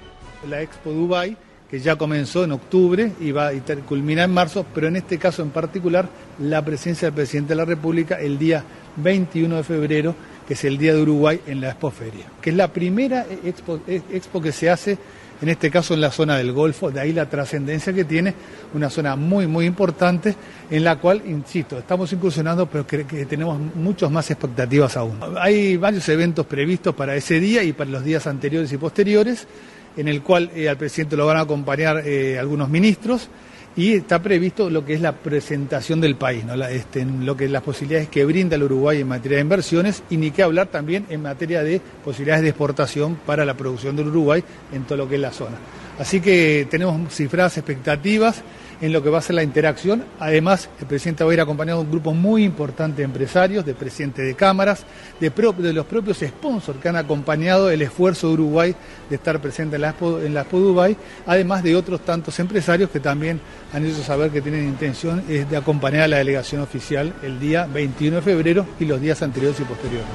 La Expo Dubai, que ya comenzó en octubre y va a culminar en marzo, pero en este caso en particular la presencia del presidente de la República el día 21 de febrero, que es el Día de Uruguay en la Expoferia, que es la primera expo que se hace, en este caso en la zona del Golfo, de ahí la trascendencia que tiene, una zona muy muy importante, en la cual, insisto, estamos incursionando, pero que tenemos muchas más expectativas aún. Hay varios eventos previstos para ese día y para los días anteriores y posteriores, en el cual al presidente lo van a acompañar algunos ministros, y está previsto lo que es la presentación del país, ¿no? Lo que es las posibilidades que brinda el Uruguay en materia de inversiones, y ni qué hablar también en materia de posibilidades de exportación para la producción del Uruguay en todo lo que es la zona. Así que tenemos cifradas expectativas en lo que va a ser la interacción. Además, el presidente va a ir acompañado de un grupo muy importante de empresarios, de presidentes de cámaras, de los propios sponsors que han acompañado el esfuerzo de Uruguay de estar presente en la Expo Dubai, además de otros tantos empresarios que también han hecho saber que tienen intención de acompañar a la delegación oficial el día 21 de febrero y los días anteriores y posteriores.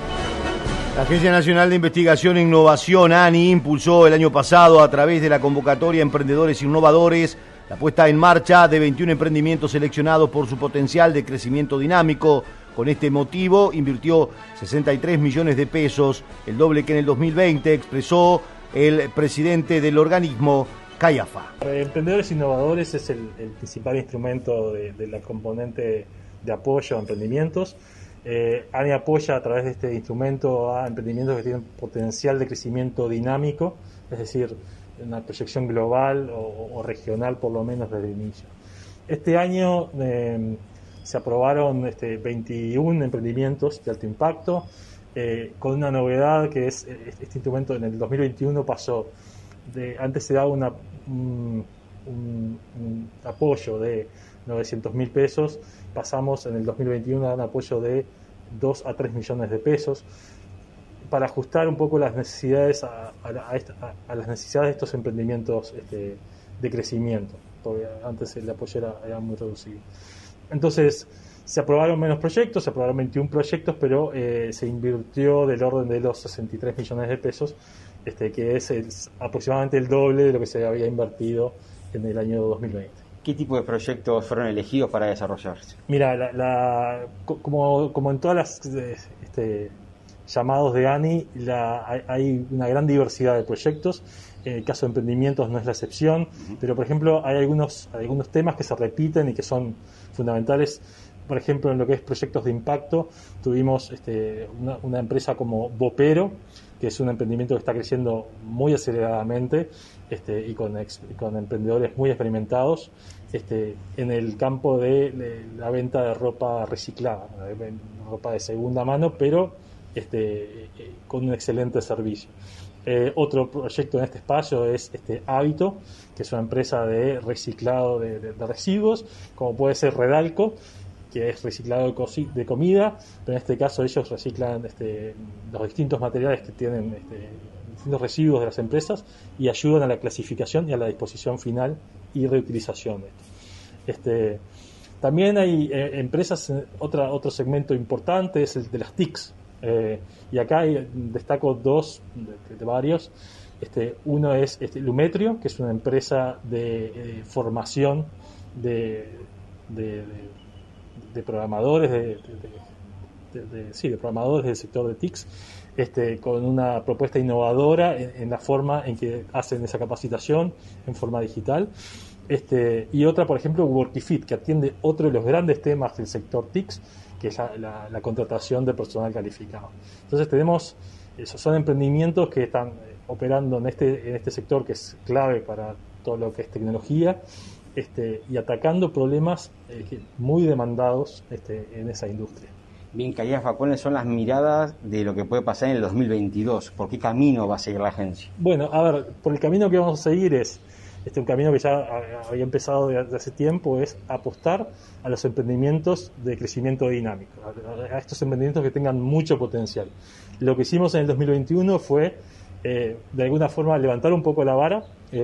La Agencia Nacional de Investigación e Innovación, ANI, impulsó el año pasado, a través de la convocatoria Emprendedores Innovadores, la puesta en marcha de 21 emprendimientos seleccionados por su potencial de crecimiento dinámico. Con este motivo invirtió 63 millones de pesos, el doble que en el 2020, expresó el presidente del organismo, Cayafa. Emprendedores Innovadores es el principal instrumento de la componente de apoyo a emprendimientos. ANI apoya a través de este instrumento a emprendimientos que tienen potencial de crecimiento dinámico, es decir, una proyección global o regional por lo menos desde el inicio. Este año se aprobaron 21 emprendimientos de alto impacto, con una novedad que es este instrumento en el 2021 pasó antes se daba un apoyo de 900.000 pesos, pasamos en el 2021 a un apoyo de 2 a 3 millones de pesos, para ajustar un poco las necesidades a las necesidades de estos emprendimientos de crecimiento, porque antes el apoyo era muy reducido. Entonces, se aprobaron menos proyectos, se aprobaron 21 proyectos, pero se invirtió del orden de los 63 millones de pesos, que es aproximadamente el doble de lo que se había invertido en el año 2020. ¿Qué tipo de proyectos fueron elegidos para desarrollarse? Mira, como en todas las llamados de ANI, hay una gran diversidad de proyectos. En el caso de emprendimientos no es la excepción, pero por ejemplo hay algunos temas que se repiten y que son fundamentales. Por ejemplo, en lo que es proyectos de impacto, tuvimos una empresa como Vopero, que es un emprendimiento que está creciendo muy aceleradamente y con emprendedores muy experimentados en el campo de la venta de ropa reciclada, ropa de segunda mano, pero con un excelente servicio. Otro proyecto en este espacio es Hábito, que es una empresa de reciclado de residuos, como puede ser Redalco, que es reciclado de comida, pero en este caso ellos reciclan los distintos materiales que tienen distintos residuos de las empresas y ayudan a la clasificación y a la disposición final y reutilización de esto. También hay empresas, otro segmento importante es el de las TICs, y acá destaco dos de varios. Uno es Lumetrio, que es una empresa de formación de programadores de programadores del sector de TICs, con una propuesta innovadora en la forma en que hacen esa capacitación en forma digital. Y otra, por ejemplo, Workifit, que atiende otro de los grandes temas del sector TICS, que es la contratación de personal calificado. Entonces esos son emprendimientos que están operando en este sector que es clave para todo lo que es tecnología, y atacando problemas muy demandados en esa industria. Bien, Califa, ¿cuáles son las miradas de lo que puede pasar en el 2022? ¿Por qué camino va a seguir la agencia? Bueno, a ver, por el camino que vamos a seguir es un camino que ya había empezado desde hace tiempo, es apostar a los emprendimientos de crecimiento dinámico, a estos emprendimientos que tengan mucho potencial. Lo que hicimos en el 2021 fue, de alguna forma, levantar un poco la vara,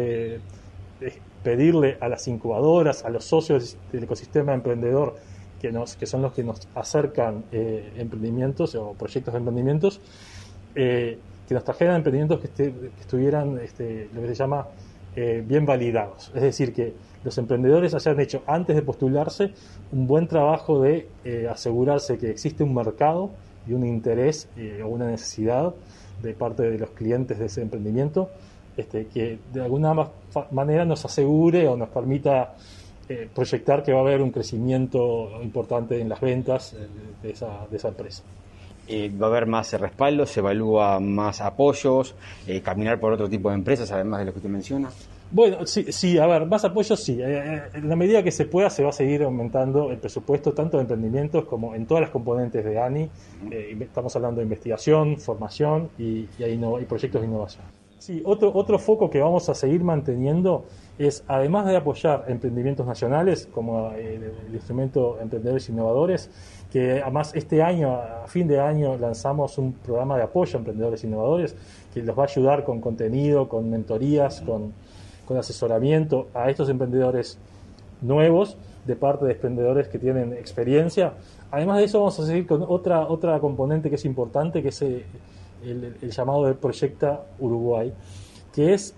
pedirle a las incubadoras, a los socios del ecosistema emprendedor, que son los que nos acercan emprendimientos o proyectos de emprendimientos, que nos trajeran emprendimientos que estuvieran lo que se llama bien validados. Es decir, que los emprendedores hayan hecho, antes de postularse, un buen trabajo de asegurarse que existe un mercado y un interés o una necesidad de parte de los clientes de ese emprendimiento, que de alguna manera nos asegure o nos permita proyectar que va a haber un crecimiento importante en las ventas de esa empresa. ¿Va a haber más respaldo? ¿Se evalúa más apoyos? ¿Caminar por otro tipo de empresas, además de lo que usted menciona? Bueno, sí, a ver, más apoyos sí. En la medida que se pueda, se va a seguir aumentando el presupuesto, tanto de emprendimientos como en todas las componentes de ANI. Estamos hablando de investigación, formación y proyectos de innovación. Sí, otro foco que vamos a seguir manteniendo es, además de apoyar emprendimientos nacionales, como el instrumento Emprendedores Innovadores, que además este año, a fin de año, lanzamos un programa de apoyo a emprendedores innovadores que los va a ayudar con contenido, con mentorías, con asesoramiento a estos emprendedores nuevos de parte de emprendedores que tienen experiencia. Además de eso, vamos a seguir con otra componente que es importante, que es el llamado de Proyecta Uruguay, que es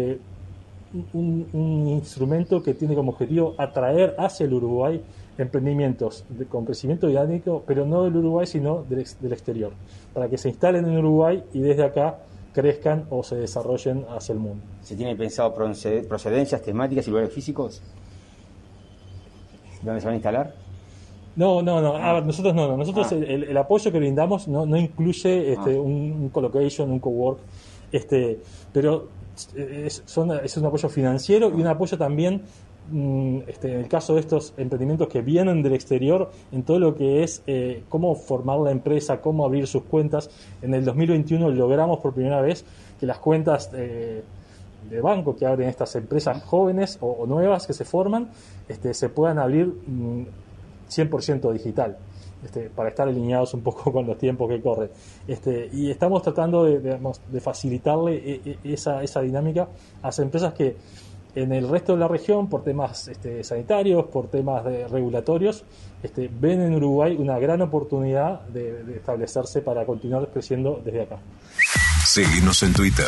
un instrumento que tiene como objetivo atraer hacia el Uruguay emprendimientos con crecimiento dinámico, pero no del Uruguay, sino del exterior, para que se instalen en Uruguay y desde acá crezcan o se desarrollen hacia el mundo. ¿Se tiene pensado procedencias, temáticas y lugares físicos? ¿Dónde se van a instalar? No. A ver, nosotros no. Nosotros el apoyo que brindamos no incluye un colocation, un cowork, pero es un apoyo financiero y un apoyo también en el caso de estos emprendimientos que vienen del exterior, en todo lo que es cómo formar la empresa, cómo abrir sus cuentas. En el 2021 logramos por primera vez que las cuentas de banco que abren estas empresas jóvenes o nuevas que se forman se puedan abrir 100% digital, para estar alineados un poco con los tiempos que corren. Y estamos tratando de facilitarle esa dinámica a las empresas que en el resto de la región, por temas sanitarios, por temas regulatorios, ven en Uruguay una gran oportunidad de establecerse para continuar creciendo desde acá. Seguinos en Twitter.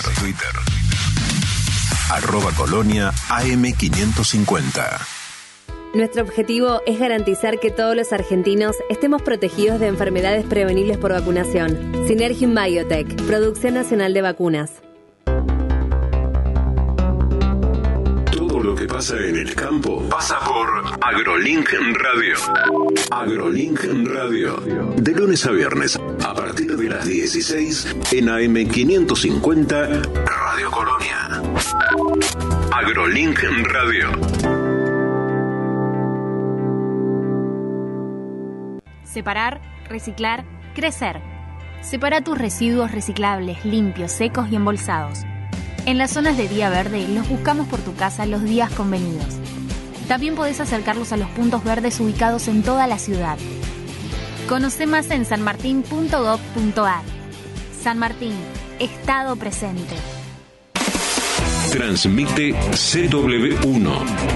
@Colonia AM550. Nuestro objetivo es garantizar que todos los argentinos estemos protegidos de enfermedades prevenibles por vacunación. Synergium Biotech, Producción Nacional de Vacunas. Todo lo que pasa en el campo pasa por AgroLink Radio. AgroLink Radio. De lunes a viernes, a partir de las 16, en AM550, Radio Colonia. AgroLink Radio. Separar, reciclar, crecer. Separa tus residuos reciclables, limpios, secos y embolsados. En las zonas de día verde los buscamos por tu casa los días convenidos. También podés acercarlos a los puntos verdes ubicados en toda la ciudad. Conoce más en sanmartin.gov.ar. San Martín, Estado presente. Transmite CW1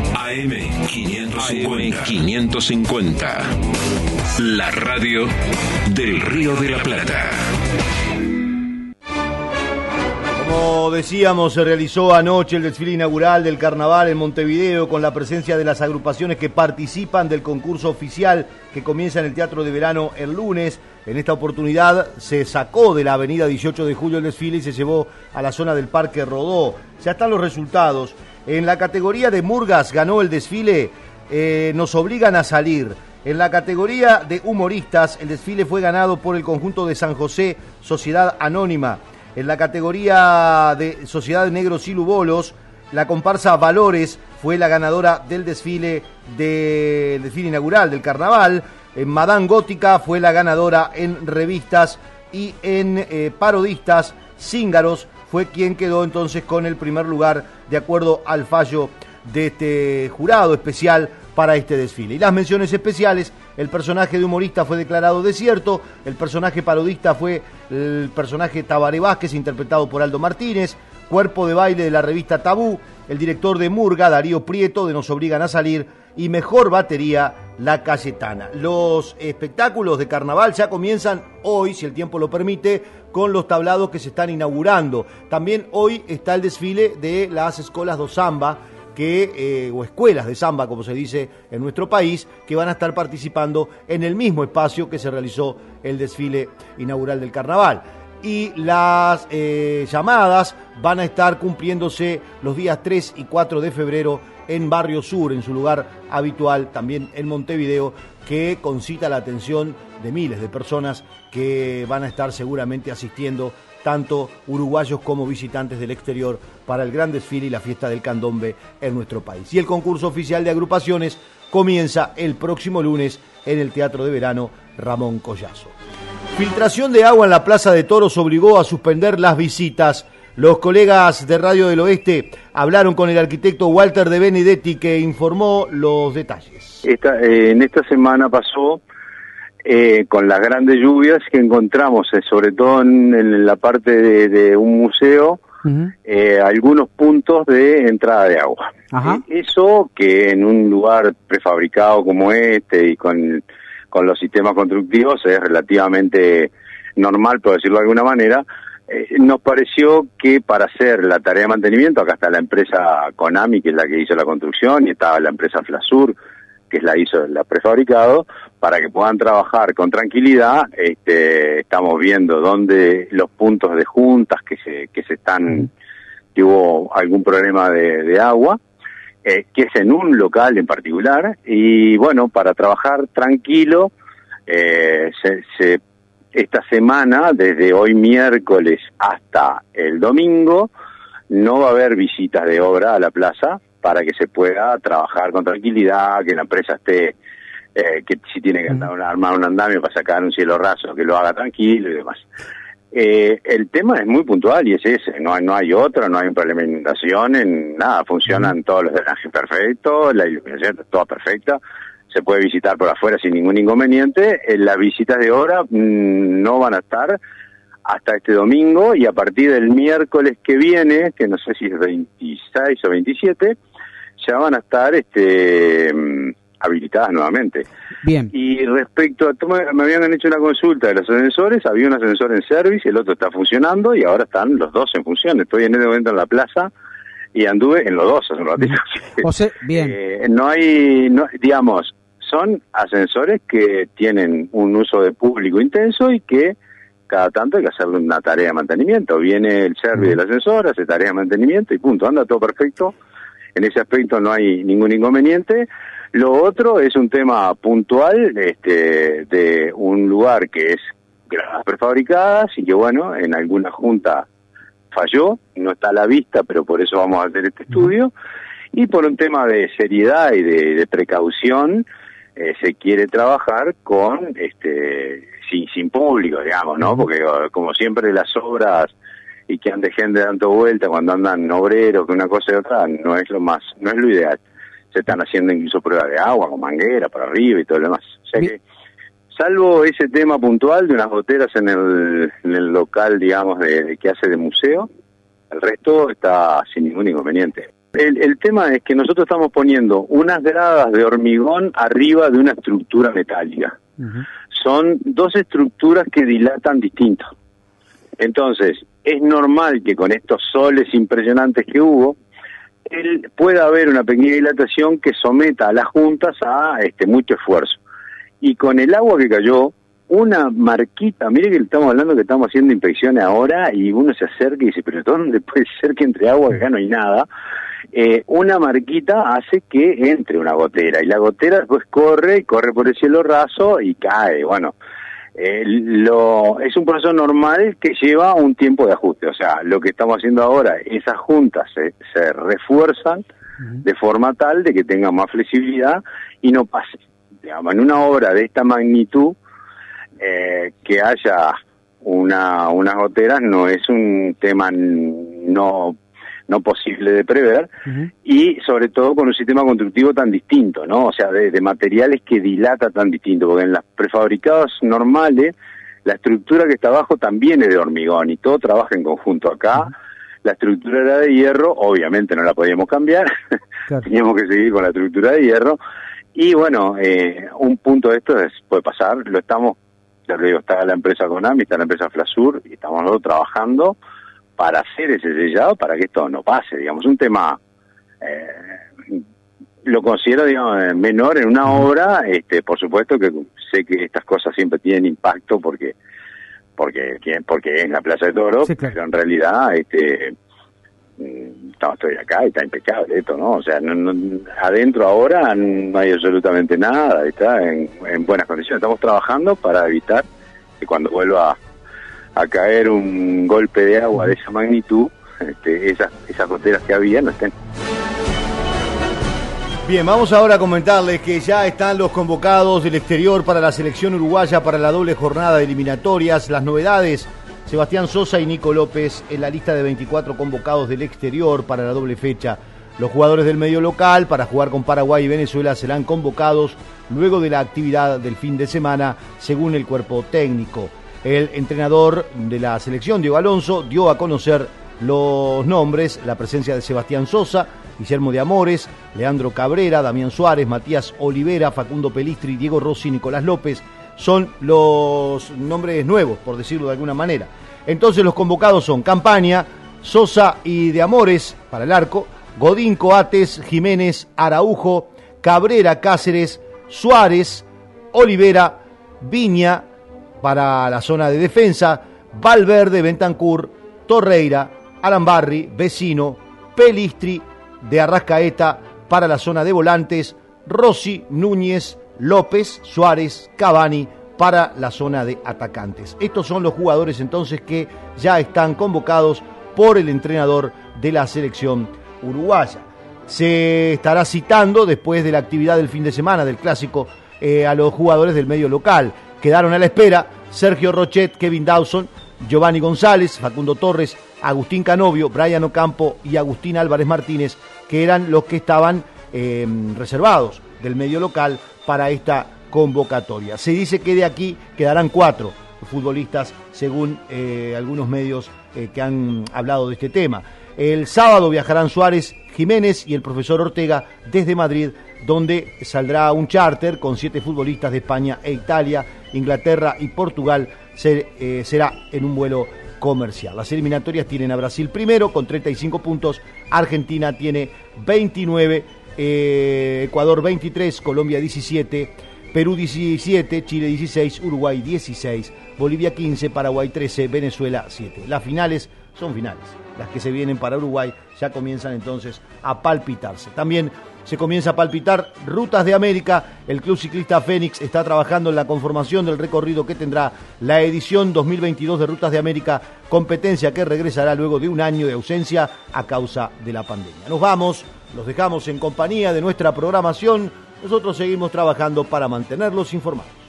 AM550. La radio del Río de la Plata. Como Como decíamos, se realizó anoche el desfile inaugural del Carnaval en Montevideo con la presencia de las agrupaciones que participan del concurso oficial que comienza en el Teatro de Verano el lunes. En esta oportunidad se sacó de la avenida 18 de julio el desfile y se llevó a la zona del Parque Rodó. Ya están los resultados. En la categoría de murgas ganó el desfile Nos Obligan a Salir. En la categoría de humoristas, el desfile fue ganado por el conjunto de San José, Sociedad Anónima. En la categoría de Sociedad Negros y Lubolos, la comparsa Valores fue la ganadora del desfile inaugural del Carnaval. En Madame Gótica fue la ganadora en revistas y en parodistas. Cíngaros fue quien quedó entonces con el primer lugar de acuerdo al fallo de este jurado especial para este desfile. Y las menciones especiales: el personaje de humorista fue declarado desierto, el personaje parodista fue el personaje Tabaré Vázquez, interpretado por Aldo Martínez, cuerpo de baile de la revista Tabú, el director de Murga, Darío Prieto, de Nos Obligan a Salir, y mejor batería, La Cayetana. Los espectáculos de carnaval ya comienzan hoy, si el tiempo lo permite, con los tablados que se están inaugurando. También hoy está el desfile de las escolas do samba, o escuelas de samba, como se dice en nuestro país, que van a estar participando en el mismo espacio que se realizó el desfile inaugural del Carnaval. Y las llamadas van a estar cumpliéndose los días 3 y 4 de febrero en Barrio Sur, en su lugar habitual, también en Montevideo, que concita la atención de miles de personas que van a estar seguramente asistiendo, tanto uruguayos como visitantes del exterior, para el gran desfile y la fiesta del candombe en nuestro país. Y el concurso oficial de agrupaciones comienza el próximo lunes en el Teatro de Verano Ramón Collazo. Filtración de agua en la Plaza de Toros obligó a suspender las visitas. Los colegas de Radio del Oeste hablaron con el arquitecto Walter de Benedetti, que informó los detalles. En esta semana pasó, con las grandes lluvias que encontramos, sobre todo en la parte de un museo, algunos puntos de entrada de agua. Eso, que en un lugar prefabricado como este y con los sistemas constructivos, es relativamente normal, por decirlo de alguna manera. Nos pareció que para hacer la tarea de mantenimiento, acá está la empresa Conami, que es la que hizo la construcción, y estaba la empresa Flasur, que es la hizo el prefabricado, para que puedan trabajar con tranquilidad. Estamos viendo dónde los puntos de juntas que hubo algún problema de agua, que es en un local en particular, y bueno, para trabajar tranquilo, esta semana, desde hoy miércoles hasta el domingo, no va a haber visitas de obra a la plaza, para que se pueda trabajar con tranquilidad, que la empresa esté, que si tiene que armar un andamio para sacar un cielo raso, que lo haga tranquilo y demás. El tema es muy puntual y es ese, no hay otro, no hay un problema de inundación, nada, funcionan todos los drenajes perfectos, la iluminación toda perfecta, se puede visitar por afuera sin ningún inconveniente. Las visitas de obra no van a estar hasta este domingo, y a partir del miércoles que viene, que no sé si es 26 o 27, ya van a estar habilitadas nuevamente. Bien. Y respecto a, me habían hecho una consulta de los ascensores, había un ascensor en service, el otro está funcionando y ahora están los dos en función. Estoy en este momento en la plaza y anduve en los dos hace un ratito. Bien. Digamos, son ascensores que tienen un uso de público intenso y que cada tanto hay que hacerle una tarea de mantenimiento. Viene el service del ascensor, hace tarea de mantenimiento y punto, anda todo perfecto. En ese aspecto no hay ningún inconveniente. Lo otro es un tema puntual de un lugar que es gradas prefabricadas y que, bueno, en alguna junta falló, no está a la vista, pero por eso vamos a hacer este estudio. Y por un tema de seriedad y de precaución, se quiere trabajar con sin público, digamos, ¿no? Porque como siempre las obras y que ande gente dando vuelta cuando andan obreros, que una cosa y otra, no es lo ideal. Se están haciendo incluso pruebas de agua con manguera para arriba y todo lo demás. O sea que, salvo ese tema puntual de unas goteras en el local, digamos, que hace de museo, el resto está sin ningún inconveniente. El tema es que nosotros estamos poniendo unas gradas de hormigón arriba de una estructura metálica. Son dos estructuras que dilatan distinto. Entonces, es normal que con estos soles impresionantes que hubo, pueda haber una pequeña dilatación que someta a las juntas a mucho esfuerzo. Y con el agua que cayó, una marquita, mire que estamos hablando que estamos haciendo inspecciones ahora y uno se acerca y dice, pero ¿dónde puede ser que entre agua? Acá no hay nada. Una marquita hace que entre una gotera y la gotera después corre por el cielo raso y cae. Bueno, es un proceso normal que lleva un tiempo de ajuste. O sea, lo que estamos haciendo ahora, esas juntas se refuerzan de forma tal de que tengan más flexibilidad y no pase. Digamos, en una obra de esta magnitud, que haya unas goteras no es un tema no posible de prever, y sobre todo con un sistema constructivo tan distinto, ¿no? O sea, de materiales que dilata tan distinto, porque en las prefabricados normales la estructura que está abajo también es de hormigón y todo trabaja en conjunto. Acá la estructura era de hierro, obviamente no la podíamos cambiar, claro. Teníamos que seguir con la estructura de hierro, y bueno, un punto de esto puede pasar, ya lo digo, está la empresa Conami, está la empresa Flasur, y estamos nosotros trabajando para hacer ese sellado, para que esto no pase, digamos, un tema, lo considero, digamos, menor en una obra, por supuesto que sé que estas cosas siempre tienen impacto porque es la Plaza de Toros, sí, claro. Pero en realidad, estoy acá y está impecable esto, ¿no? O sea, adentro ahora no hay absolutamente nada, está en buenas condiciones. Estamos trabajando para evitar que cuando vuelva a caer un golpe de agua de esa magnitud, esas goteras que había no estén. Bien, vamos ahora a comentarles que ya están los convocados del exterior para la selección uruguaya para la doble jornada de eliminatorias. Las novedades: Sebastián Sosa y Nico López en la lista de 24 convocados del exterior para la doble fecha. Los jugadores del medio local para jugar con Paraguay y Venezuela serán convocados luego de la actividad del fin de semana, según el cuerpo técnico. El entrenador de la selección, Diego Alonso, dio a conocer los nombres: la presencia de Sebastián Sosa, Guillermo de Amores, Leandro Cabrera, Damián Suárez, Matías Olivera, Facundo Pelistri, Diego Rossi, Nicolás López. Son los nombres nuevos, por decirlo de alguna manera. Entonces los convocados son Campaña, Sosa y De Amores para el arco, Godín, Coates, Jiménez, Araujo, Cabrera, Cáceres, Suárez, Olivera, Viña para la zona de defensa, Valverde, Bentancur, Torreira, Alambarri, Vecino, Pelistri, De Arrascaeta para la zona de volantes, Rossi, Núñez, López, Suárez, Cavani para la zona de atacantes. Estos son los jugadores entonces que ya están convocados por el entrenador de la selección uruguaya. Se estará citando después de la actividad del fin de semana del clásico a los jugadores del medio local. Quedaron a la espera Sergio Rochet, Kevin Dawson, Giovanni González, Facundo Torres, Agustín Canovio, Brian Ocampo y Agustín Álvarez Martínez, que eran los que estaban reservados del medio local para esta convocatoria. Se dice que de aquí quedarán 4 futbolistas, según algunos medios que han hablado de este tema. El sábado viajarán Suárez, Jiménez y el profesor Ortega desde Madrid, donde saldrá un charter con 7 futbolistas de España e Italia, Inglaterra y Portugal. Será en un vuelo comercial. Las eliminatorias tienen a Brasil primero con 35 puntos, Argentina tiene 29, Ecuador 23, Colombia 17, Perú 17, Chile 16, Uruguay 16, Bolivia 15, Paraguay 13, Venezuela 7. Las finales son finales. Las que se vienen para Uruguay ya comienzan entonces a palpitarse. También se comienza a palpitar Rutas de América. El Club Ciclista Fénix está trabajando en la conformación del recorrido que tendrá la edición 2022 de Rutas de América, competencia que regresará luego de un año de ausencia a causa de la pandemia. Nos vamos, los dejamos en compañía de nuestra programación. Nosotros seguimos trabajando para mantenerlos informados.